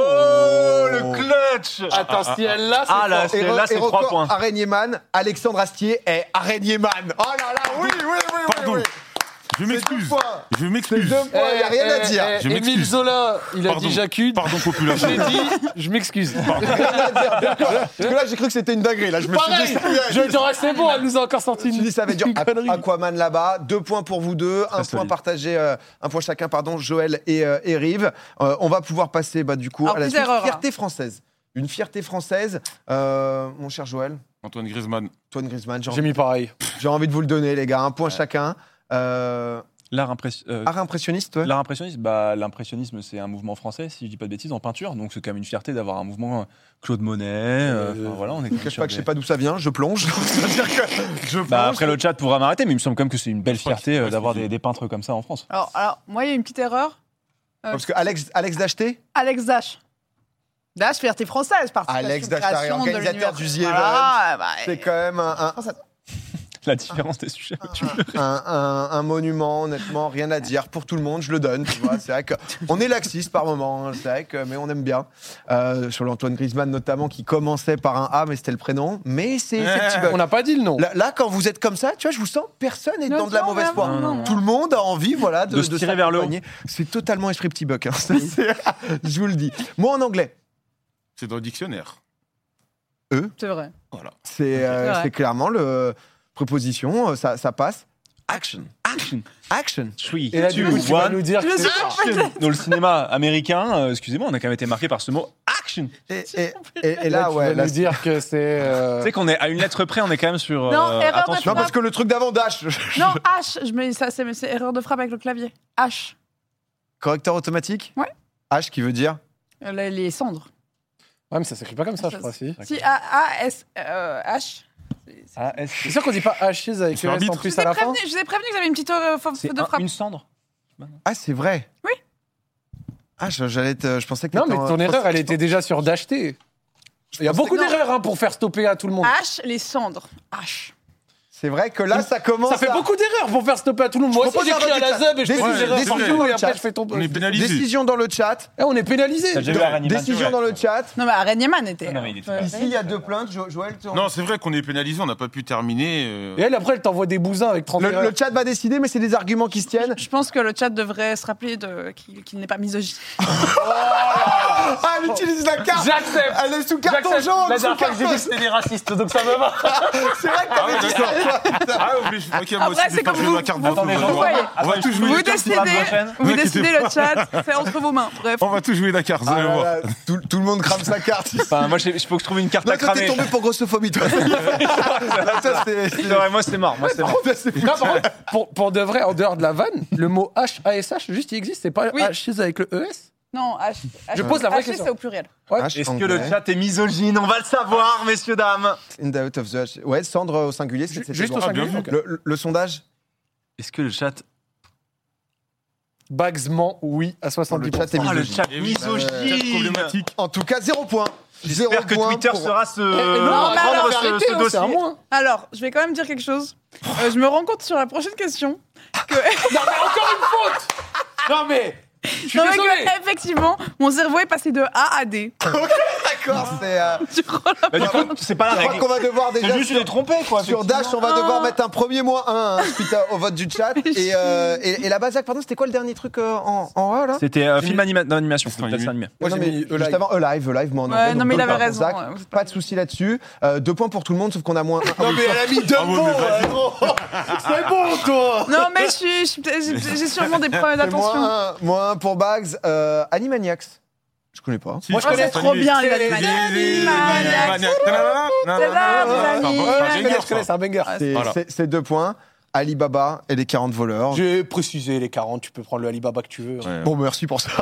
le clutch Attends, si elle l'a, c'est Ah, là, fort. c'est- Héro- là, c'est Hérocorp, trois points. Araignée Man, Alexandre Astier est Araignée Man. Oh là là, oui, oui, oui, oui, Pardon. oui. Je C'est deux m'excuse. points. Je C'est m'excuse. deux points, il n'y a rien à Eh, dire. eh, Je Émile m'excuse. Zola, il a Pardon. dit j'accuse. Pardon, population. J'ai dit, je m'excuse. Rien à dire, d'accord. Parce que là, j'ai cru que c'était une dinguerie. Là, je me Pareil, suis dit, je dirais c'est bon, elle nous a encore sorti Je me suis une, dit, ça va être dur. une connerie. Aquaman là-bas, deux points pour vous deux, un point solide. partagé, euh, un point chacun, pardon, Joël et, euh, et Rive. Euh, on va pouvoir passer bah, du coup Alors, à la plus suite. d'erreurs, Fierté française. Une fierté française. Euh, mon cher Joël, Antoine Griezmann. Antoine Griezmann, j'ai J'ai envie, mis pareil. j'ai envie de vous le donner, les gars. Un point chacun. Euh, L'art impressi- euh, art impressionniste, ouais. L'art impressionniste, bah, l'impressionnisme, c'est un mouvement français, si je dis pas de bêtises, en peinture. Donc c'est quand même une fierté d'avoir un mouvement euh, Claude Monet. euh, Euh, enfin, voilà, on est Je quand ne même cache sur pas que je des- sais pas d'où ça vient, je plonge. C'est-à-dire que je plonge. Bah, après, le chat pourra m'arrêter, mais il me semble quand même que c'est une belle Je crois fierté que- euh, ouais, d'avoir c'est- des, des peintres comme ça en France. Alors, alors, moi, il y a une petite erreur. Euh, Parce que Alex, Alex Dacheté, Alex Dash. Dash, fierté française, participation, Alex Dash, création de organisateur l'univers. du The Voilà, bah, c'est quand même un, un, La différence des sujets. un, un- un monument, honnêtement, rien à dire. Pour tout le monde, je le donne. Tu vois, c'est vrai qu'on est laxiste par moment, hein, c'est vrai que, mais on aime bien. Euh, sur l'Antoine Griezmann notamment, qui commençait par un A, mais c'était le prénom. Mais c'est c'est petit bug. On n'a pas dit le nom. Là, là, quand vous êtes comme ça, tu vois, je vous sens, personne n'est Non, dans de la non, mauvaise non, foi. non, non. Tout le monde a envie, voilà, de, De se tirer vers le haut. s'accompagner. C'est totalement esprit petit buck. Hein. Ça, c'est- je vous le dis. Moi, en anglais, C'est dans le dictionnaire. c'est vrai. Voilà. c'est euh, C'est vrai. c'est clairement le préposition, euh, ça, ça passe. Action. Action. Action. Three, Et là, du two, coup, tu vas one. nous dire Je que me c'est suis fort. Dans le cinéma américain, euh, excusez-moi, on a quand même été marqué par ce mot action. Et, et- et- et Là, là, tu ouais. vas là, nous dire que c'est. euh, Tu sais qu'on est à une lettre près, on est quand même sur. Non, euh, erreur de attention. Non, parce que le truc d'avant, Dash. Non, H. Je mets ça, c'est c'est erreur de frappe avec le clavier. H. Correcteur automatique. Ouais. H qui veut dire. Euh, Les, les cendres. Ouais, mais ça s'écrit pas comme ça, je crois, si. Si A A S euh, H. C'est- c'est- Ah, est-ce C'est que sûr qu'on dit pas H avec C'est le S en arbitre. Je plus vous à ai la fin prévenu, je vous ai prévenu que vous avez une petite euh, faute c'est de un- frappe. une cendre? maintenant. Ah, c'est vrai. Oui. Ah, je, j'allais te- je pensais que. Non, mais t'étais en- ton je erreur, pensais elle que était t'étais- déjà sur d'acheter. Il y a pensais beaucoup que non. d'erreurs hein, pour faire stopper à tout le monde. H, les cendres. H. C'est vrai que là, ça commence. Ça fait à- beaucoup d'erreurs pour faire stopper à tout le monde. Moi aussi, propose un j'écris à vote la du zeb et je chat. fais des Des- erreurs des- partout des- et des- après chat. je fais tomber. On est pénalisé. Décision dans le chat. Eh, on est pénalisé. T'as déjà vu Araignée Man, Décision ouais. dans le chat. Non, mais Araignée Man était. Ah non, mais il est tout euh, Ici, il y a deux plaintes. Jo- Joël, tu- Non, c'est vrai qu'on est pénalisé, on n'a pas pu terminer. euh. Et elle, après, elle t'envoie des bousins avec trente le, erreurs. le chat va décider, mais c'est des arguments qui se tiennent. Je pense que le chat devrait se rappeler de... qu'il qu'il n'est pas misogyne. Ah, elle utilise la carte. J'accepte. Elle est sous carton J'accepte. jaune. La sous dernière fois que j'ai carton- dit, c'était des racistes, donc ça me va. C'est vrai que Ah ouais, t'avais dit d'accord. Ah, oublie, ok, moi aussi, Après, des c'est fois, comme je joue vous. ma carte Vous- de Attendez, fou. vous j'en voyez. On va tous jouer Vous la carte. décidez, prochaine. vous Ne vous décidez inquiétez le chat, c'est entre vos mains. Bref. On va tous jouer la carte, vous Ah allez là voir. là, tout, tout le monde crame sa carte. Enfin, moi, je je faut que je trouve une carte Non, à toi, t'es cramer. tombé pour grossophobie, toi. Ça, c'est. C'est vrai, moi, c'est mort. Moi, c'est mort. c'est Non, par contre, pour, pour de vrai, en dehors de la vanne, le mot H, A S H, juste il existe, c'est pas Oui. H avec le E S. Non, H. Je pose la vraie H, question. c'est au pluriel. Est-ce que le chat est misogyne? On va le savoir, messieurs, dames. In the out of the. Ouais, Sandre au singulier. c'est- c'était Juste bon. au Ah, bien singulier. vu. ok. Le, le- le sondage. Est-ce que le chat. Bagsman, oui, à soixante-dix pour cent. Le chat est Oh, le misogyne. chat Eh oui, Chat misogyne. problématique. En tout cas, zéro point. Zéro J'espère que point Twitter pour- sera ce. Eh, non, mais prendre alors, ce, arrêtez, ce hein, dossier. c'est à moi. Alors, je vais quand même dire quelque chose. Euh, je me rends compte sur la prochaine question que. Non, mais encore une faute. Non, mais. Je suis Non, mais désolé. que, effectivement, mon cerveau est passé de A à D. D'accord, c'est. euh, Durant la- Bah, du coup, c'est pas la Je crois règle. qu'on va devoir déjà. C'est juste sur- les tromper, quoi. Sur Dash, on va devoir Ah. mettre un premier moins un hein, suite à- au vote du chat. Et, euh, et, et la Bazac, pardon, c'était quoi le dernier truc euh, en, en haut là C'était un film anima- d'animation. Dessin Dessin animé. animé. Moi, Non, j'ai mais mis Alive. juste avant Alive, Alive, moi en Ouais, anglais, non, donc mais il deux avait points pour raison. Zach. ouais, vous êtes Pas de souci là-dessus. Euh, deux points pour tout le monde, sauf qu'on a moins un. Non, mais elle a mis deux Ah ouais, points. mais vas-y. ouais, gros. C'est bon, toi. Non, mais je suis, je suis peut-être- j'ai j'ai sûrement des problèmes C'est d'attention. moins un, moins un pour Bags. Euh, Animaniacs. Je connais pas. Si, Moi, je Oh, connais c'est trop bien, les C'est- Animaniacs. Animaniacs. Nanana, nanana. C'est là, des Ah, amis. bah, Ouais, c'est un je banger, connais, je connais, ça. c'est un banger. C'est Voilà. c'est- c'est deux points. Alibaba et les quarante voleurs. J'ai précisé les quarante, tu peux prendre le Alibaba que tu veux. Ouais. Bon, merci pour ça.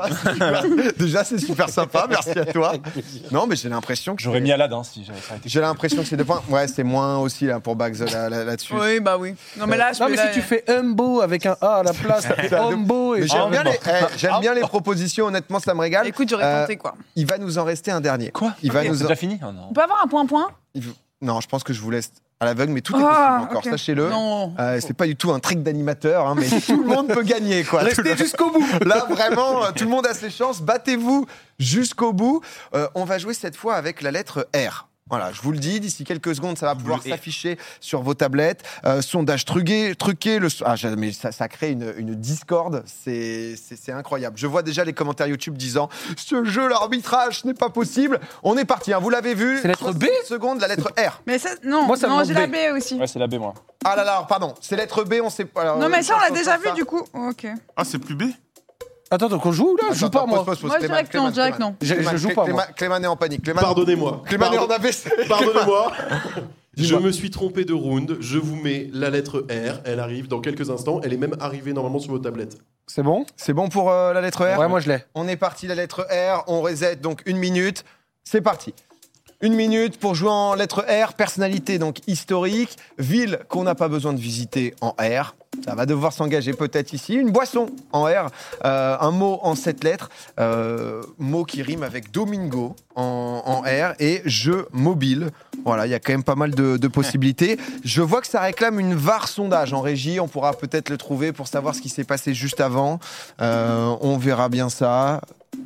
Déjà, c'est super sympa. Merci à toi. Non, mais j'ai l'impression que J'aurais mis Aladdin si j'avais pas été. J'ai l'impression que c'est deux points. Ouais, c'est moins aussi là pour Bags là- là- là-dessus. Oui, bah oui. Non, mais là, je Non, peux- mais là, si tu fais Humbo avec un A à la place, ça fait Humbo et Mais j'aime Ah, bien, mais les, eh, j'aime bien les propositions, honnêtement, ça me régale. Écoute, j'aurais Euh, tenté, quoi. Il va nous en rester un dernier. Quoi Il va Ok, nous C'est en- déjà fini? Oh, non. On peut avoir un point-point il v- Non, je pense que je vous laisse à l'aveugle, mais tout est Ah, possible encore, ok. sachez-le. Non. Euh, c'est pas du tout un trick d'animateur, hein, mais tout le monde peut gagner. Quoi. Tout le- restez jusqu'au bout. Là, vraiment, euh, tout le monde a ses chances. Battez-vous jusqu'au bout. Euh, on va jouer cette fois avec la lettre R. Voilà, je vous le dis, d'ici quelques secondes, ça va pouvoir Bleu. s'afficher sur vos tablettes. Euh, sondage truqué, truqué le... ah, j'ai- mais ça, ça crée une, une discorde, c'est c'est- c'est incroyable. Je vois déjà les commentaires YouTube disant « Ce jeu, l'arbitrage, ce n'est pas possible ». On est parti, hein, vous l'avez vu. C'est lettre B soixante secondes, la lettre R. Mais ça, non, Moi, ça me non manque j'ai la B. B aussi. Ouais, c'est la B, moi. Ah là là, pardon, c'est lettre B, on sait pas... alors, Non, mais ça, on l'a pose déjà pas vu, ça. du coup. Ok. Ah, c'est plus B? Attends, donc on joue là Je joue Attends, pas pose, moi. pose, pose, Moi, Clément, direct non, Clément, direct Clément. non. Je, je Clément, joue pas Clément, moi. Clément est en panique. Clément, Pardonnez-moi. Clément est en Pardon- A V C. Pardonnez-moi. Je Dis-moi. me suis trompé de round. Je vous mets la lettre R. Elle arrive dans quelques instants. Elle est même arrivée normalement sur vos tablettes. C'est bon C'est bon pour euh, la lettre R? Ouais, moi je l'ai. On est parti, la lettre R, on reset donc une minute. C'est parti. Une minute pour jouer en lettre R, personnalité donc historique, ville qu'on n'a pas besoin de visiter en R. Ça va devoir s'engager peut-être ici. Une boisson en R, euh, un mot en sept lettres, euh, mot qui rime avec Domingo en, en R et jeu mobile. Voilà, il y a quand même pas mal de, de possibilités. Je vois que ça réclame une V A R sondage en régie. On pourra peut-être le trouver pour savoir ce qui s'est passé juste avant. Euh, on verra bien ça.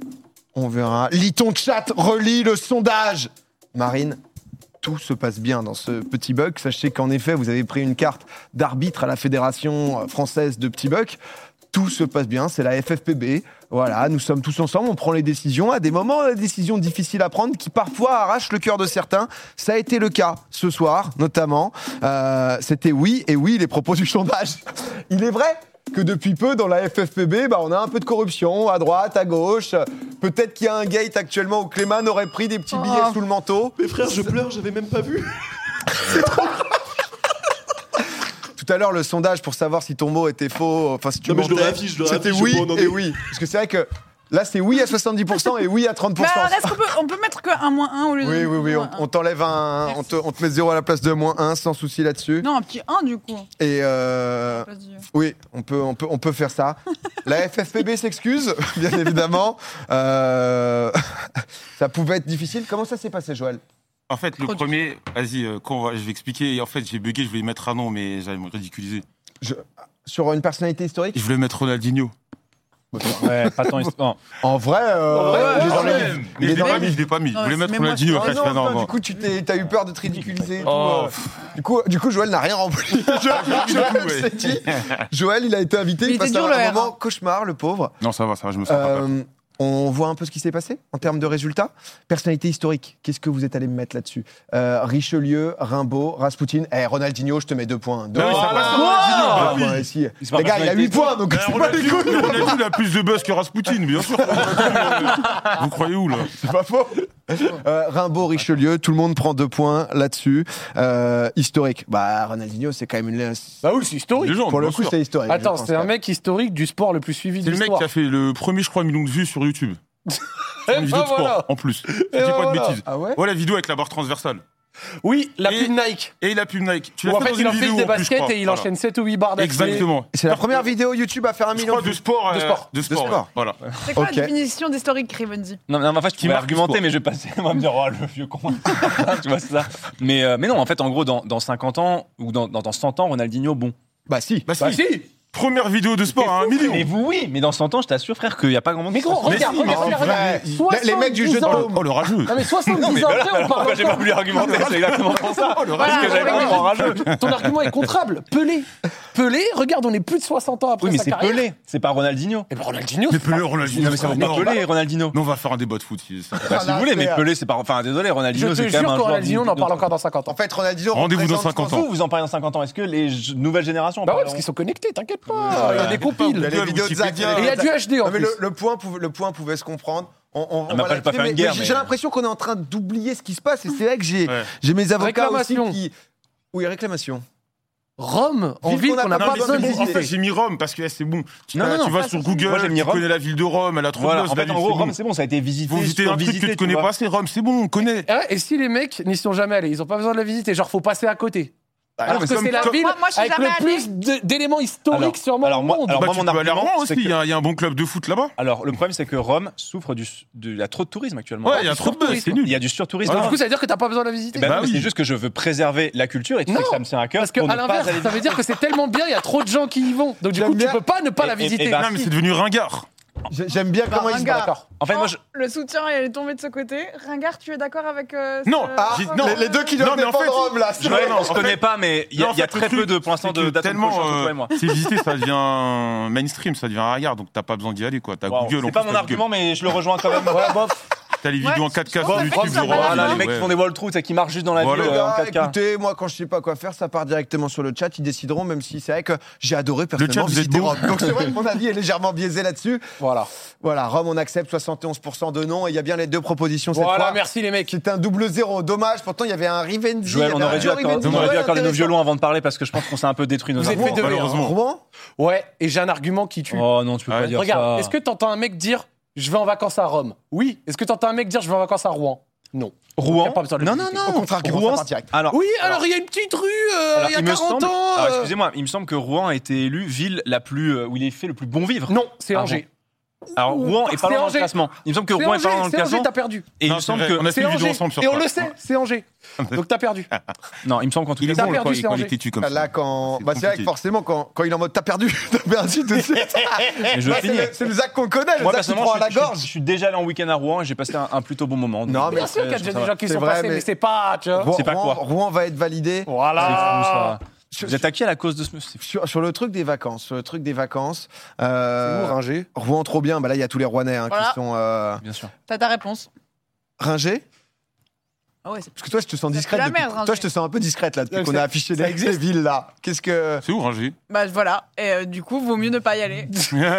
On verra. Lis ton chat, relis le sondage. Marine, tout se passe bien dans ce petit buck. Sachez qu'en effet, vous avez pris une carte d'arbitre à la Fédération française de petits bucks. Tout se passe bien, c'est la F F P B. Voilà, nous sommes tous ensemble, on prend les décisions. À des moments, des décisions difficiles à prendre qui parfois arrachent le cœur de certains. Ça a été le cas ce soir, notamment. Euh, C'était oui, et oui, les propos du sondage. Il est vrai que depuis peu, dans la F F P B, bah, on a un peu de corruption à droite, à gauche. Peut-être qu'il y a un gate actuellement où Clément aurait pris des petits billets Oh. sous le manteau. Mes frères, je pleure, j'avais même pas vu. Tout à l'heure, le sondage pour savoir si ton mot était faux, enfin si tu Non, mais je le mentais, réaffiche, je le c'était réaffiche, oui je vois où on en et est. oui. Parce que c'est vrai que Là, c'est oui à soixante-dix pour cent et oui à trente pour Mais cent. alors, est-ce qu'on peut, on peut mettre que un moins un au lieu de. Oui, oui, oui, on, on t'enlève un. On te, on te met zéro à la place de moins un sans souci là-dessus. Non, un petit un du coup. Et euh, à la place du- oui, on peut, on, peut, on peut faire ça. La F F P B s'excuse, bien évidemment. Euh, ça pouvait être difficile. Comment ça s'est passé, Joël? En fait, le Trop premier, vas-y, euh, quand on va- je vais expliquer. Et en fait, j'ai bugué, je voulais mettre un nom, mais j'allais me ridiculiser. Je- Sur une personnalité historique? Je voulais mettre Ronaldinho. Ouais, pas tant histoire. En vrai, euh, En vrai, il est dans Ouais, les- mais il je est l'ai dans pas les- mis, je l'ai pas mis. Je Non, voulais mais mettre moi, Ronaldinho. je- en fait, Oh non, je fais, non, putain, non. du coup, tu t'es, t'as eu peur de te ridiculiser. et tout, Oh, euh. Du coup, du coup, Joël n'a rien rempli. Joël, Joël ouais. s'est dit- Joël, il a été invité. Il Il passe était dur, un le R, moment hein. cauchemar, le pauvre. Non, ça va, ça va, je me sens pas peur. Euh, on voit un peu ce qui s'est passé en termes de résultats. Personnalité historique, qu'est-ce que vous êtes allé me mettre là-dessus? euh, Richelieu, Rimbaud, Rasputin. Eh, Ronaldinho, je te mets deux points. Deux Non, mais points. ça passe Ah, Ronaldinho, bah ouais, oui. si. C'est pas Les gars, il a personnalité huit points, donc Ben, c'est pas les Ronaldinho, couilles. Ronaldinho, il a plus de buzz que Rasputin, bien sûr. Vous croyez où, là? C'est pas faux. Euh, Rimbaud, Richelieu, tout le monde prend deux points là-dessus. Euh, historique. Bah, Ronaldinho, c'est quand même une. Bah oui, c'est historique. Légende, Pour le bien coup, sûr. c'est historique. Attends, je pense c'est un pas. mec historique du sport le plus suivi de C'est le mec l'histoire. qui a fait le premier, je crois, million de vues sur YouTube. Et Une vidéo ben de sport, voilà. en plus. Je dis Et pas de voilà. bêtises. Ah ouais? Ouais, la vidéo avec la barre transversale. Oui, la Et- pub Nike. Et la pub Nike. Tu Où l'as en fait fait, dans il une enfile vidéo des en plus, je baskets crois. et il Voilà. enchaîne sept ou huit barres d'affilée. Exactement. C'est la première vidéo YouTube à faire un Je million crois de de vues. sport. De euh, sport. De sport. sport. ouais. Voilà. C'est quoi Ok. la définition d'historique, Rivenzi? Non, non, mais en fait, je Qui pourrais marque le argumenter, sport. mais je vais passer, moi, me dire, oh, le vieux con. Tu vois, c'est ça. Mais, euh, mais non, en fait, en gros, dans, dans cinquante ans, ou dans, dans, dans cent ans, Ronaldinho, bon. Bah, si. Bah, Bah si. si. Première vidéo de sport à un million. Mais vous, oui, mais dans cent ans, je t'assure, frère, qu'il n'y a pas grand monde. Mais qui gros, se- regarde, si, regarde, en regarde, vrai, regarde. les mecs du jeu de soixante-dix ans. paume. Oh, le rageux. Non mais soixante-dix ans après, on parle Pourquoi j'ai pas encore. voulu argumenter? C'est exactement pour ça. Oh, le Parce rageux. que j'avais pas en rageux. Ton argument est contrable. Pelé. Pelé, regarde, on est plus de soixante ans après Oui, mais sa c'est carrière. Pelé, c'est pas Ronaldinho. Et ben Ronaldinho. Mais Pelé, Ronaldinho. Non, mais c'est c'est pas hors norme. Pelé et Ronaldinho. Mais on va faire un débat de foot. si ça- Bah, si là, vous voulez, mais c'est, euh, Pelé, c'est pas. Enfin, désolé, Je Ronaldinho, te c'est quand jure même un que joueur. Ronaldinho, on en de- parle encore dans cinquante ans. En fait, Ronaldinho. Rendez-vous dans représente, cinquante je ans. Vous, vous en parlez dans cinquante ans. Est-ce que les j- nouvelles générations en Bah ouais, parleront parce qu'ils sont connectés, t'inquiète pas. Ouais, Il y a des ouais. compiles. Il y a les Google, vidéos de Zach. Wikipédia. Et il y a du H D en Non, mais plus. le, le point pouvait, le point pouvait se comprendre. On, on, on mais va après, je vais pas là-dessus, faire mais- une guerre, mais mais- j'ai l'impression qu'on est en train d'oublier ce qui se passe. Et c'est vrai que j'ai Ouais. j'ai mes avocats Réclamation. aussi qui. Oui, réclamation. Rome, en Ville ville qu'on a qu'on n'a pas pas besoin besoin de de visiter. En fait, visiter. j'ai mis Rome parce que eh, c'est bon. Tu, Non, vas- non, tu non. vas sur Google, Moi, j'ai mis tu Rome. connais la ville de Rome, elle a trop Voilà, de buzz, en la fait, ville, en gros, c'est Rome, bon. c'est bon, ça a été visité. Faut visiter sur un truc que visiter, tu connais vois. pas, c'est Rome, c'est bon, on connaît. Ah ouais, et si les mecs n'y sont jamais allés, ils ont pas besoin de la visiter, genre faut passer à côté. Alors mais que comme- c'est la comme- ville Moi- moi, je suis avec jamais le plus de- d'éléments historiques Alors- sûrement alors au moi- monde. alors Bah, moi, tu mon peux aller à argument, Rouen c'est aussi, il y, que- a- il y a un bon club de foot là-bas. Alors, le problème, c'est que Rome souffre du, de, il y a trop de tourisme actuellement. Ouais, il y a trop de buzz, c'est Il nul. y a du surtourisme. Alors, à du Rome. coup, ça veut dire que t'as pas besoin de la visiter. Eh ben Bah non, mais oui. c'est juste que je veux préserver la culture et tu sais Non, que ça me tient à cœur Parce qu'à pour ne pas l'inverse, aller ça veut dire que c'est tellement bien, il y a trop de gens qui y vont. Donc du J'aime coup, tu bien. peux pas ne pas Et- la et- visiter. et bah, Non, mais c'est devenu ringard. J'ai- J'aime bien Bah, comment il se ringard. bat. D'accord. En fait, moi, Oh, je... Le soutien il est tombé de ce côté. Ringard, tu es d'accord avec. euh, Non, ce- Ah, J'ai- non, non. les, les deux qui Non, doivent mais en défendre fait, Rome là. c'est Joël, vrai. on se en connaît fait- pas, mais il y a, Non, en il y a fait, le très peu truc, de, pour l'instant, c'est de que d'atomes tellement, crochus entre euh, toi et moi. c'est visité, ça devient mainstream, ça devient ringard, donc t'as pas besoin d'y aller, quoi. T'as Wow. Google. en C'est pas plus, mon t'as argument, mais je le rejoins quand même. Ouais, bof. Google. T'as les vidéos Ouais, en quatre K je sur pense YouTube que de ça va Rome. Voilà, les ouais. mecs qui font des wall truths et qui marchent juste dans la Voilà. ville Les euh, en gars, quatre K. écoutez, moi quand je sais pas quoi faire, ça part directement sur le chat, ils décideront, même si c'est vrai que j'ai adoré personnellement chat, vous êtes visiter beau. Rome. Donc c'est vrai que mon avis est légèrement biaisé là-dessus. Voilà. Voilà, Rome on accepte soixante et onze pour cent de non, et il y a bien les deux propositions cette Voilà, fois. merci les mecs. C'est un double zéro, dommage, pourtant il y avait un Rivenzi. Joël, il y on avait aurait un dû Joe accorder, Rivenzi, on aurait dû Joël accorder nos intéressant. violons avant de parler parce que je pense qu'on s'est un peu détruit nos Vous êtes arguments. fait de Malheureusement. Rouen Ouais, et j'ai un argument qui tue. Oh non, tu peux Ouais. pas dire Regarde, ça. est-ce que t'entends un mec dire je vais en vacances à Rome? Oui. Est-ce que t'entends un mec dire je vais en vacances à Rouen? Non. Rouen Y a pas besoin de Non, le non, visiter. non. Au contraire, Rouen, ça part direct. Alors, Oui, alors il y a une petite rue euh, alors, il y a me quarante semble, ans. alors, euh, excusez-moi, il me semble que Rouen a été élu ville la plus euh, où il est fait le plus bon vivre. Non, c'est Ah Angers. Alors Rouen est pas C'est loin dans le Angers. classement. Il me semble que C'est Rouen est pas loin dans Angers, le c'est Angers, classement. t'as perdu. Et il Non, me c'est semble vrai, que on a fait C'est une vidéo Angers. ensemble sur Et on ça. le sait, c'est Angers. Donc t'as perdu. non, il me semble qu'en tout Il est cas. bon T'as le perdu, quand c'est il- quand il Angers. était tu comme ça. Là, quand. C'est Bah, c'est vrai que compliqué. forcément, quand, quand il est en mode t'as perdu, t'as perdu tout de suite. Mais je Bah, c'est finis. le- c'est le Zach qu'on connaît, le Moi Zach qui personnellement, prend à je, la suis- je suis- gorge. je suis déjà allé en week-end à Rouen et j'ai passé un, un plutôt bon moment. Non, mais Bien sûr qu'il y a je déjà trouve des ça gens qui C'est sont vrai, passés, mais- mais c'est pas, tu vois. Rouen, C'est pas Rouen- quoi. Rouen va être validé. C'est fou, Voilà. ça. Vous êtes à qui à la cause de ce monsieur? Sur, sur le truc des vacances, sur le truc des vacances, C'est euh, où, Ringers? Rouen trop bien. Bah là, il y a tous les Rouennais hein, Voilà. qui sont. euh, Bien sûr. T'as ta réponse. Ringers. Ah ouais, c'est Parce que toi, je te sens Ça discrète. pue la depuis- merde, Rungé. Toi, je te sens un peu discrète là depuis Ouais, qu'on ça- a affiché ça les, existe. les villes là. Qu'est-ce que. C'est où, Rungé? Bah voilà, et euh, du coup, vaut mieux ne pas y aller.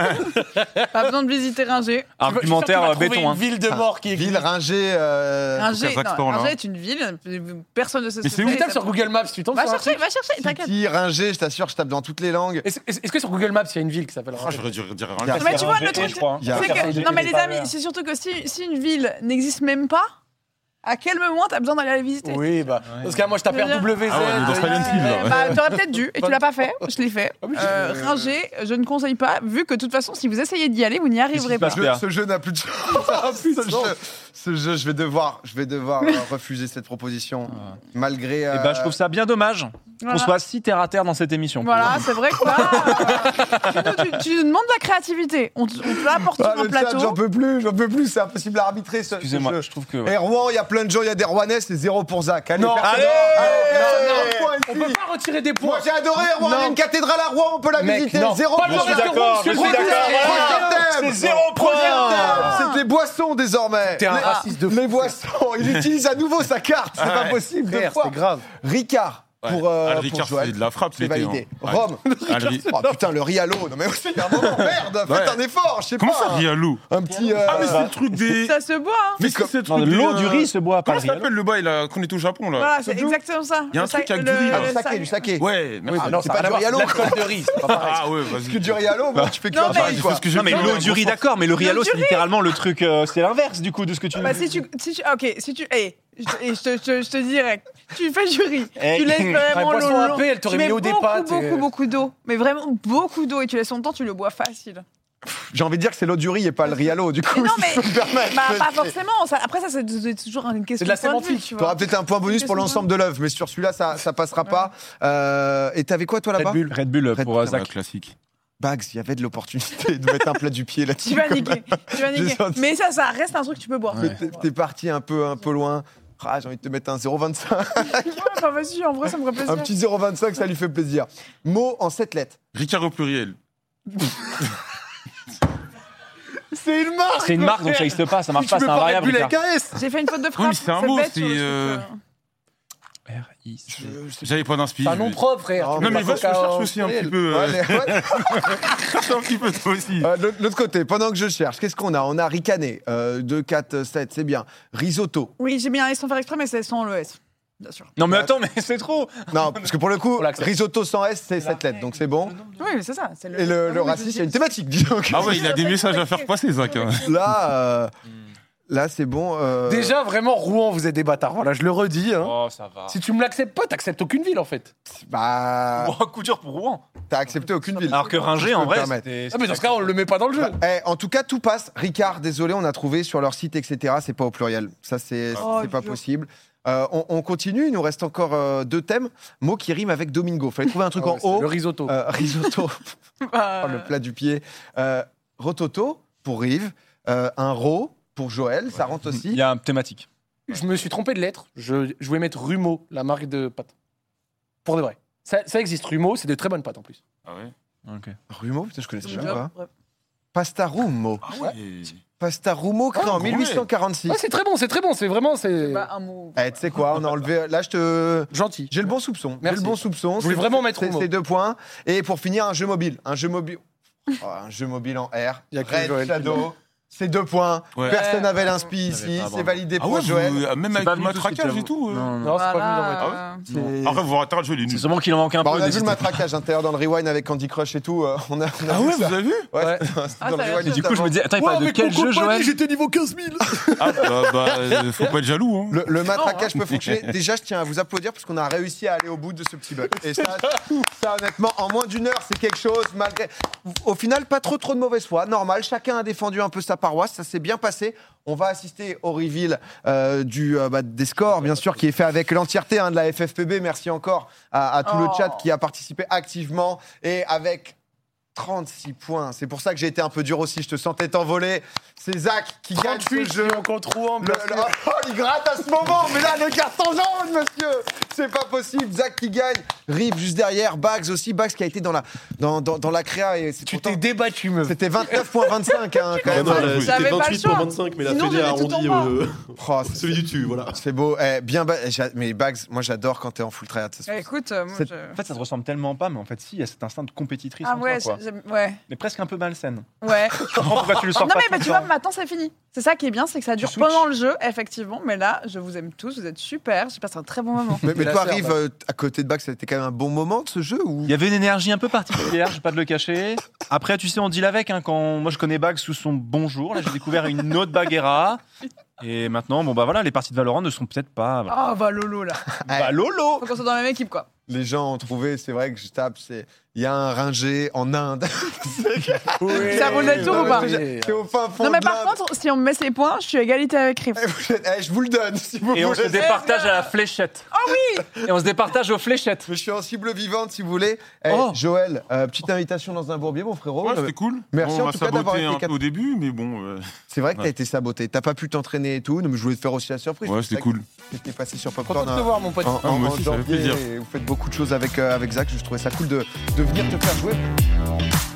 Pas besoin de visiter Rungé. Argumentaire euh, béton. Une Hein. ville de mort qui Ville existe. Rungé. euh, Rungé, non, Kazakhstan, là. Rungé est une ville, personne ne sait Mais ce c'est que où Tu c'est. tapes ça- sur Google Maps, tu tombes Va sur un chercher, truc. va chercher, t'inquiète. City, Rungé, je t'assure, je tape dans toutes les langues. Est-ce est-ce- est-ce que sur Google Maps, il y a une ville qui s'appelle Ah, Rungé? j'aurais dû dire Y a- Non, mais tu vois, Rungé, le truc, je crois, hein. Il y a- c'est Ça, que, c'est- non mais c'est les pas amis, vert. c'est surtout que si, si une ville n'existe même pas, à quel moment t'as besoin d'aller la visiter? Oui, bah. Dans ce cas, moi, je tape Je veux dire- R W Z. Ah ouais, on est dans Silent Hill, là. Euh, bah, t'aurais peut-être dû, et tu l'as pas fait, je l'ai fait. Ah oui, j'ai- Euh, Rungé, je ne conseille pas, vu que de toute façon, si vous essayez d'y aller, vous n'y arriverez pas. passe Ce, Pierre. ce jeu n'a plus de chance. ce, jeu, ce jeu, je vais devoir, je vais devoir euh, refuser cette proposition, malgré. Et euh, ben, je trouve ça bien dommage Voilà. qu'on soit si terre à terre dans cette émission. Voilà, c'est vrai que là, euh, tu, nous- tu- tu nous demandes de la créativité. On, te- on te l'apporte Ah, sur un le chat, plateau. j'en peux plus, j'en peux plus, c'est impossible à arbitrer ce, ce Excusez-moi, jeu. je trouve que. Et Rouen, il y a plein de gens, il y a des Rouennais, c'est zéro pour Zach. Allez, Non, personne- allez Allez, non, point On ici. peut pas retirer des Moi points. j'ai adoré, Rouen, il y a Non. une cathédrale à Rouen, on peut la Mec, visiter. non. Zéro Pas pour le Zach. droit d'interrompre, je suis Prochain d'accord, thème. Prochain thème. C'est zéro point. C'est les boissons désormais. T'es un Les- raciste de fou. Les boissons, il utilise à nouveau sa carte, c'est pas possible. deux Frère, fois. c'est grave. Ricard pour, euh, Ah, le pour Ricard, Joël. c'est de la frappe, C'est c'était, validé. hein. Ouais. Rome. Ah, le Ri- Oh putain, le Rialo. Non mais aussi, à un moment, merde, Ouais. faites un effort, je sais Comment pas. ça, Rialou? Un petit. euh, Ah, mais c'est le truc des. Ça se boit, hein. Mais c'est c'est le Non, truc des, l'eau euh, du riz se boit, pas Comment le ça riz. s'appelle le bail là qu'on est au Japon là? Voilà, c'est exactement ça. Il y a un Le truc sac- avec du le- riz, là. le du saké, sac- du saké. Ouais, merci. Ah non, C'est ça pas n'a du rien à Rialo. voir. L'alcool de riz, c'est pas pareil. Ah ouais, vas-y. Que du Rialo, bon, tu fais que Non, un mais- bail, C'est quoi. ce que j'ai Non, mais fait, l'eau ouais, du riz, gros d'accord, mais le rialo, L'eau du c'est littéralement le truc. euh, c'est l'inverse du coup de ce que tu nous Bah, dis. si tu, si tu, ah, ok, si tu, hey, je, te- et je te, je te- je te dirais, tu fais du riz, Eh. tu laisses Ouais, vraiment boisson l'eau, râpée, elle t'aurait tu mets mis au beaucoup, départ, beaucoup, et- beaucoup, beaucoup d'eau, mais vraiment beaucoup d'eau et tu laisses longtemps, tu le bois facile. J'ai envie de dire que c'est l'eau du riz et pas le Rialo, du coup. Mais non, si mais je peux me permettre. bah, pas forcément. Ça, après ça, c'est c'est toujours une question C'est de la point vue, sémantique. tu T'auras vois. peut-être un point bonus pour l'ensemble de l'œuvre, mais sur celui-là, ça, ça passera pas. Euh, et t'avais quoi, toi, là-bas? Red Bull. Red Bull Red pour Bull, euh, Ouais, Zach. classique. Bags, il y avait de l'opportunité de mettre un plat du pied là-dessus. Tu vas comme- niquer, tu vas niquer. J'ai senti- Mais ça, ça reste un truc que tu peux boire. Mais T'es t'es parti un peu, un peu loin. Ah, j'ai envie de te mettre un zéro virgule vingt-cinq. Ouais, bah vas-y, en vrai, ça me ferait plaisir. Un petit zéro virgule vingt-cinq, ça lui fait plaisir. Mot en sept lettres. Ricard au pluriel. C'est une marque. C'est une marque, donc ça n'existe pas, ça marche pas, c'est un variable. Bulle Ricard. avec un S. J'ai fait une faute de Oui, frappe. mais c'est un mot, bête sur le c'est, truc, euh, euh. R I C. J'avais pas d'inspi. C'est un nom propre, frère. Non, Tu Non, peux mais pas va, je faire cherche un aussi un pluriel. petit peu. Ouais, euh, mais- ouais. Cherche un petit peu toi aussi. Euh, de L'autre côté, pendant que je cherche, qu'est-ce qu'on a? On a ricané. Euh, deux, quatre, sept, c'est bien. Risotto. Oui, j'ai mis un S sans faire exprès, mais c'est sans le S. Bien sûr. Non, mais attends, mais c'est trop. Non, parce que pour le coup, On l'accepte. risotto sans S, c'est sept lettres, donc c'est bon. Oui, mais c'est ça. c'est Et le, le raciste, il y a une thématique, dis donc. Ah ouais, il a des messages à faire passer, Zach. hein. Là, euh, là c'est bon. euh, Déjà, vraiment, Rouen, vous êtes des bâtards. Voilà, je le redis. Hein. Oh, ça va. Si tu me l'acceptes pas, t'acceptes aucune ville, en fait. Bah, Oh, coup dur pour Rouen. t'as accepté aucune ville. Alors que Rungé, Je en peux me vrai, permettre. c'était. Ah, mais dans ce cas, on le met pas dans le jeu. Bah, eh, en tout cas, tout passe. Ricard, désolé, on a trouvé sur leur site, et cetera. C'est pas au pluriel. Ça, c'est Oh, c'est pas dur. possible. Euh, on, on continue. Il nous reste encore euh, deux thèmes. Mots qui riment avec Domingo. Fallait trouver un truc Ah en ouais, c'est haut. Le risotto. Euh, risotto, Bah, oh, le plat du pied. Euh, rototo pour Rive. Euh, un ro pour Joël. Ça rentre Il aussi. y a un thématique. Je me suis trompé de lettre. Je, je voulais mettre Rumo, la marque de pâtes. Pour de vrai. Ça, ça existe, Rumo, c'est de très bonnes pâtes en plus. Ah ouais. Ok. Rumo, putain, je connaissais c'est même dur. pas. Ouais. Pasta Rumo. Ah ouais. Pasta Rumo créé Ah, en ouais. mille huit cent quarante-six. Ouais, c'est très bon, c'est très bon, c'est vraiment c'est Bah, un mot. Eh, tu sais quoi, on a enlevé. Là, je te. gentil. J'ai le bon soupçon. J'ai Merci. le bon soupçon. Je voulais C'est- vraiment mettre c'est- Rumo. C'est deux points. Et pour finir, un jeu mobile. Un jeu mobile. Oh, un jeu mobile en R. Il y a que Red Joël qui Shadow. C'est deux points. Ouais. Personne n'avait l'inspi J'avais ici. pas, C'est bravo. validé Ah pour ouais, Joël. vous- même C'est avec pas le venu tout de suite, matraquage et j'avoue. tout. euh. Non, non. Non, c'est pas venu dans Voilà. votre- euh, C'est- Après, vous rattrapez, je l'ai C'est nul. sûrement qu'il en manque un Bah, peu. on a vu le n'hésitez pas. matraquage intérieur dans le rewind avec Candy Crush et tout. euh, on a, on a Ah vu ouais, ça. vous avez vu Ouais, Ah, c'était c'était dans ça le a l'air rewind. Et du coup, je me dis, attends, il Ouais, parle de avec quel mon jeu, compagnie, Joël? j'étais niveau quinze mille. Ah bah, bah, euh, faut pas être jaloux. Hein. Le, le matraquage peut fonctionner. Déjà, je tiens à vous applaudir parce qu'on a réussi à aller au bout de ce petit bug. Et ça, ça honnêtement, en moins d'une heure, c'est quelque chose. Malgré, au final, pas trop trop de mauvaise foi. Normal, chacun a défendu un peu sa paroisse. Ça s'est bien passé. On va assister au reveal euh, du, euh, bah, des scores, bien sûr, qui est fait avec l'entièreté hein, de la F F P B. Merci encore à, à tout le Oh. chat qui a participé activement et avec trente-six points. C'est pour ça que j'ai été un peu dur aussi. Je te sentais t'envoler. C'est Zach qui gagne trente-huit, ce jeu. on contre Rouen, Le- bien le- sûr. oh, il gratte à ce moment, mais là, le carton jaune, monsieur. C'est pas possible. Zach qui gagne. Rive juste derrière. Bags aussi. Bags qui a été dans la, dans, dans, dans la créa. Et c'est Tu pourtant- t'es débattu, meuf. C'était vingt-neuf virgule vingt-cinq, hein, quand Ah même. non, là, J'avais c'était pas le vingt-huit choix. pour vingt-cinq, mais la Sinon, Fédé a j'avais tout arrondi en euh, Oh, c'est- celui du dessus, voilà. c'est beau. Eh, bien, ba- j'a- mais Bags, moi, j'adore quand t'es en full tryhard. Ça se- Eh, Écoute, euh, moi, C'est- je... En fait, ça te ressemble tellement pas, mais en fait, si, il y a cet instinct de compétitrice Ah en ouais, toi, quoi. c'est- j'aime- ouais, Mais presque un peu malsaine. ouais. Je comprends pourquoi tu le sors Non pas mais tout bah, le tu vois, temps. maintenant c'est fini. C'est ça qui est bien, c'est que ça dure switches. pendant le jeu, effectivement. Mais là, je vous aime tous, vous êtes super. J'ai passé un très bon moment. Mais, mais la toi, sœur, Rive, Bags. euh, à côté de Bags, ça a été quand même un bon moment de ce jeu ou... Il y avait une énergie un peu particulière, je vais pas te le cacher. Après, tu sais, on deal avec. Hein, quand moi, je connais Bag sous son bonjour. Là, j'ai découvert une autre Baguera. Et maintenant, bon bah voilà, les parties de Valorant ne sont peut-être pas. Voilà. Oh bah Lolo là. Bah Lolo. Faut qu'on soit dans la même équipe quoi. Les gens ont trouvé, c'est vrai que je tape, c'est il y a un ringé en Inde. Oui. Ça roule des tours ou pas C'est au fin fond Non mais de par l'Inde. contre, si on me met ses points, je suis à égalité avec Riff. Eh, vous êtes- eh, je vous le donne si vous Et on voulez. se départage à la fléchette. Oh oui. Et on se départage aux fléchettes. Je suis en cible vivante si vous voulez. Eh, Oh. Joël, euh, petite invitation dans un bourbier, mon frérot. Ouais, Euh, c'était cool. merci Bon, en on m'a tout cas d'avoir saboté été un cap- peu au début, mais bon. euh, C'est vrai que t'as Ouais. été saboté. T'as pas pu t'entraîner et tout. Mais je voulais te faire aussi la surprise. Ouais, Je c'était sais cool. que T'étais passé sur Content Popcorn. de te hein, voir, mon pote. En, Ah, en- moi en aussi, ça fait janvier, plaisir. et vous faites beaucoup de choses avec, euh, avec Zach. Je trouvais ça cool de, de venir te faire jouer.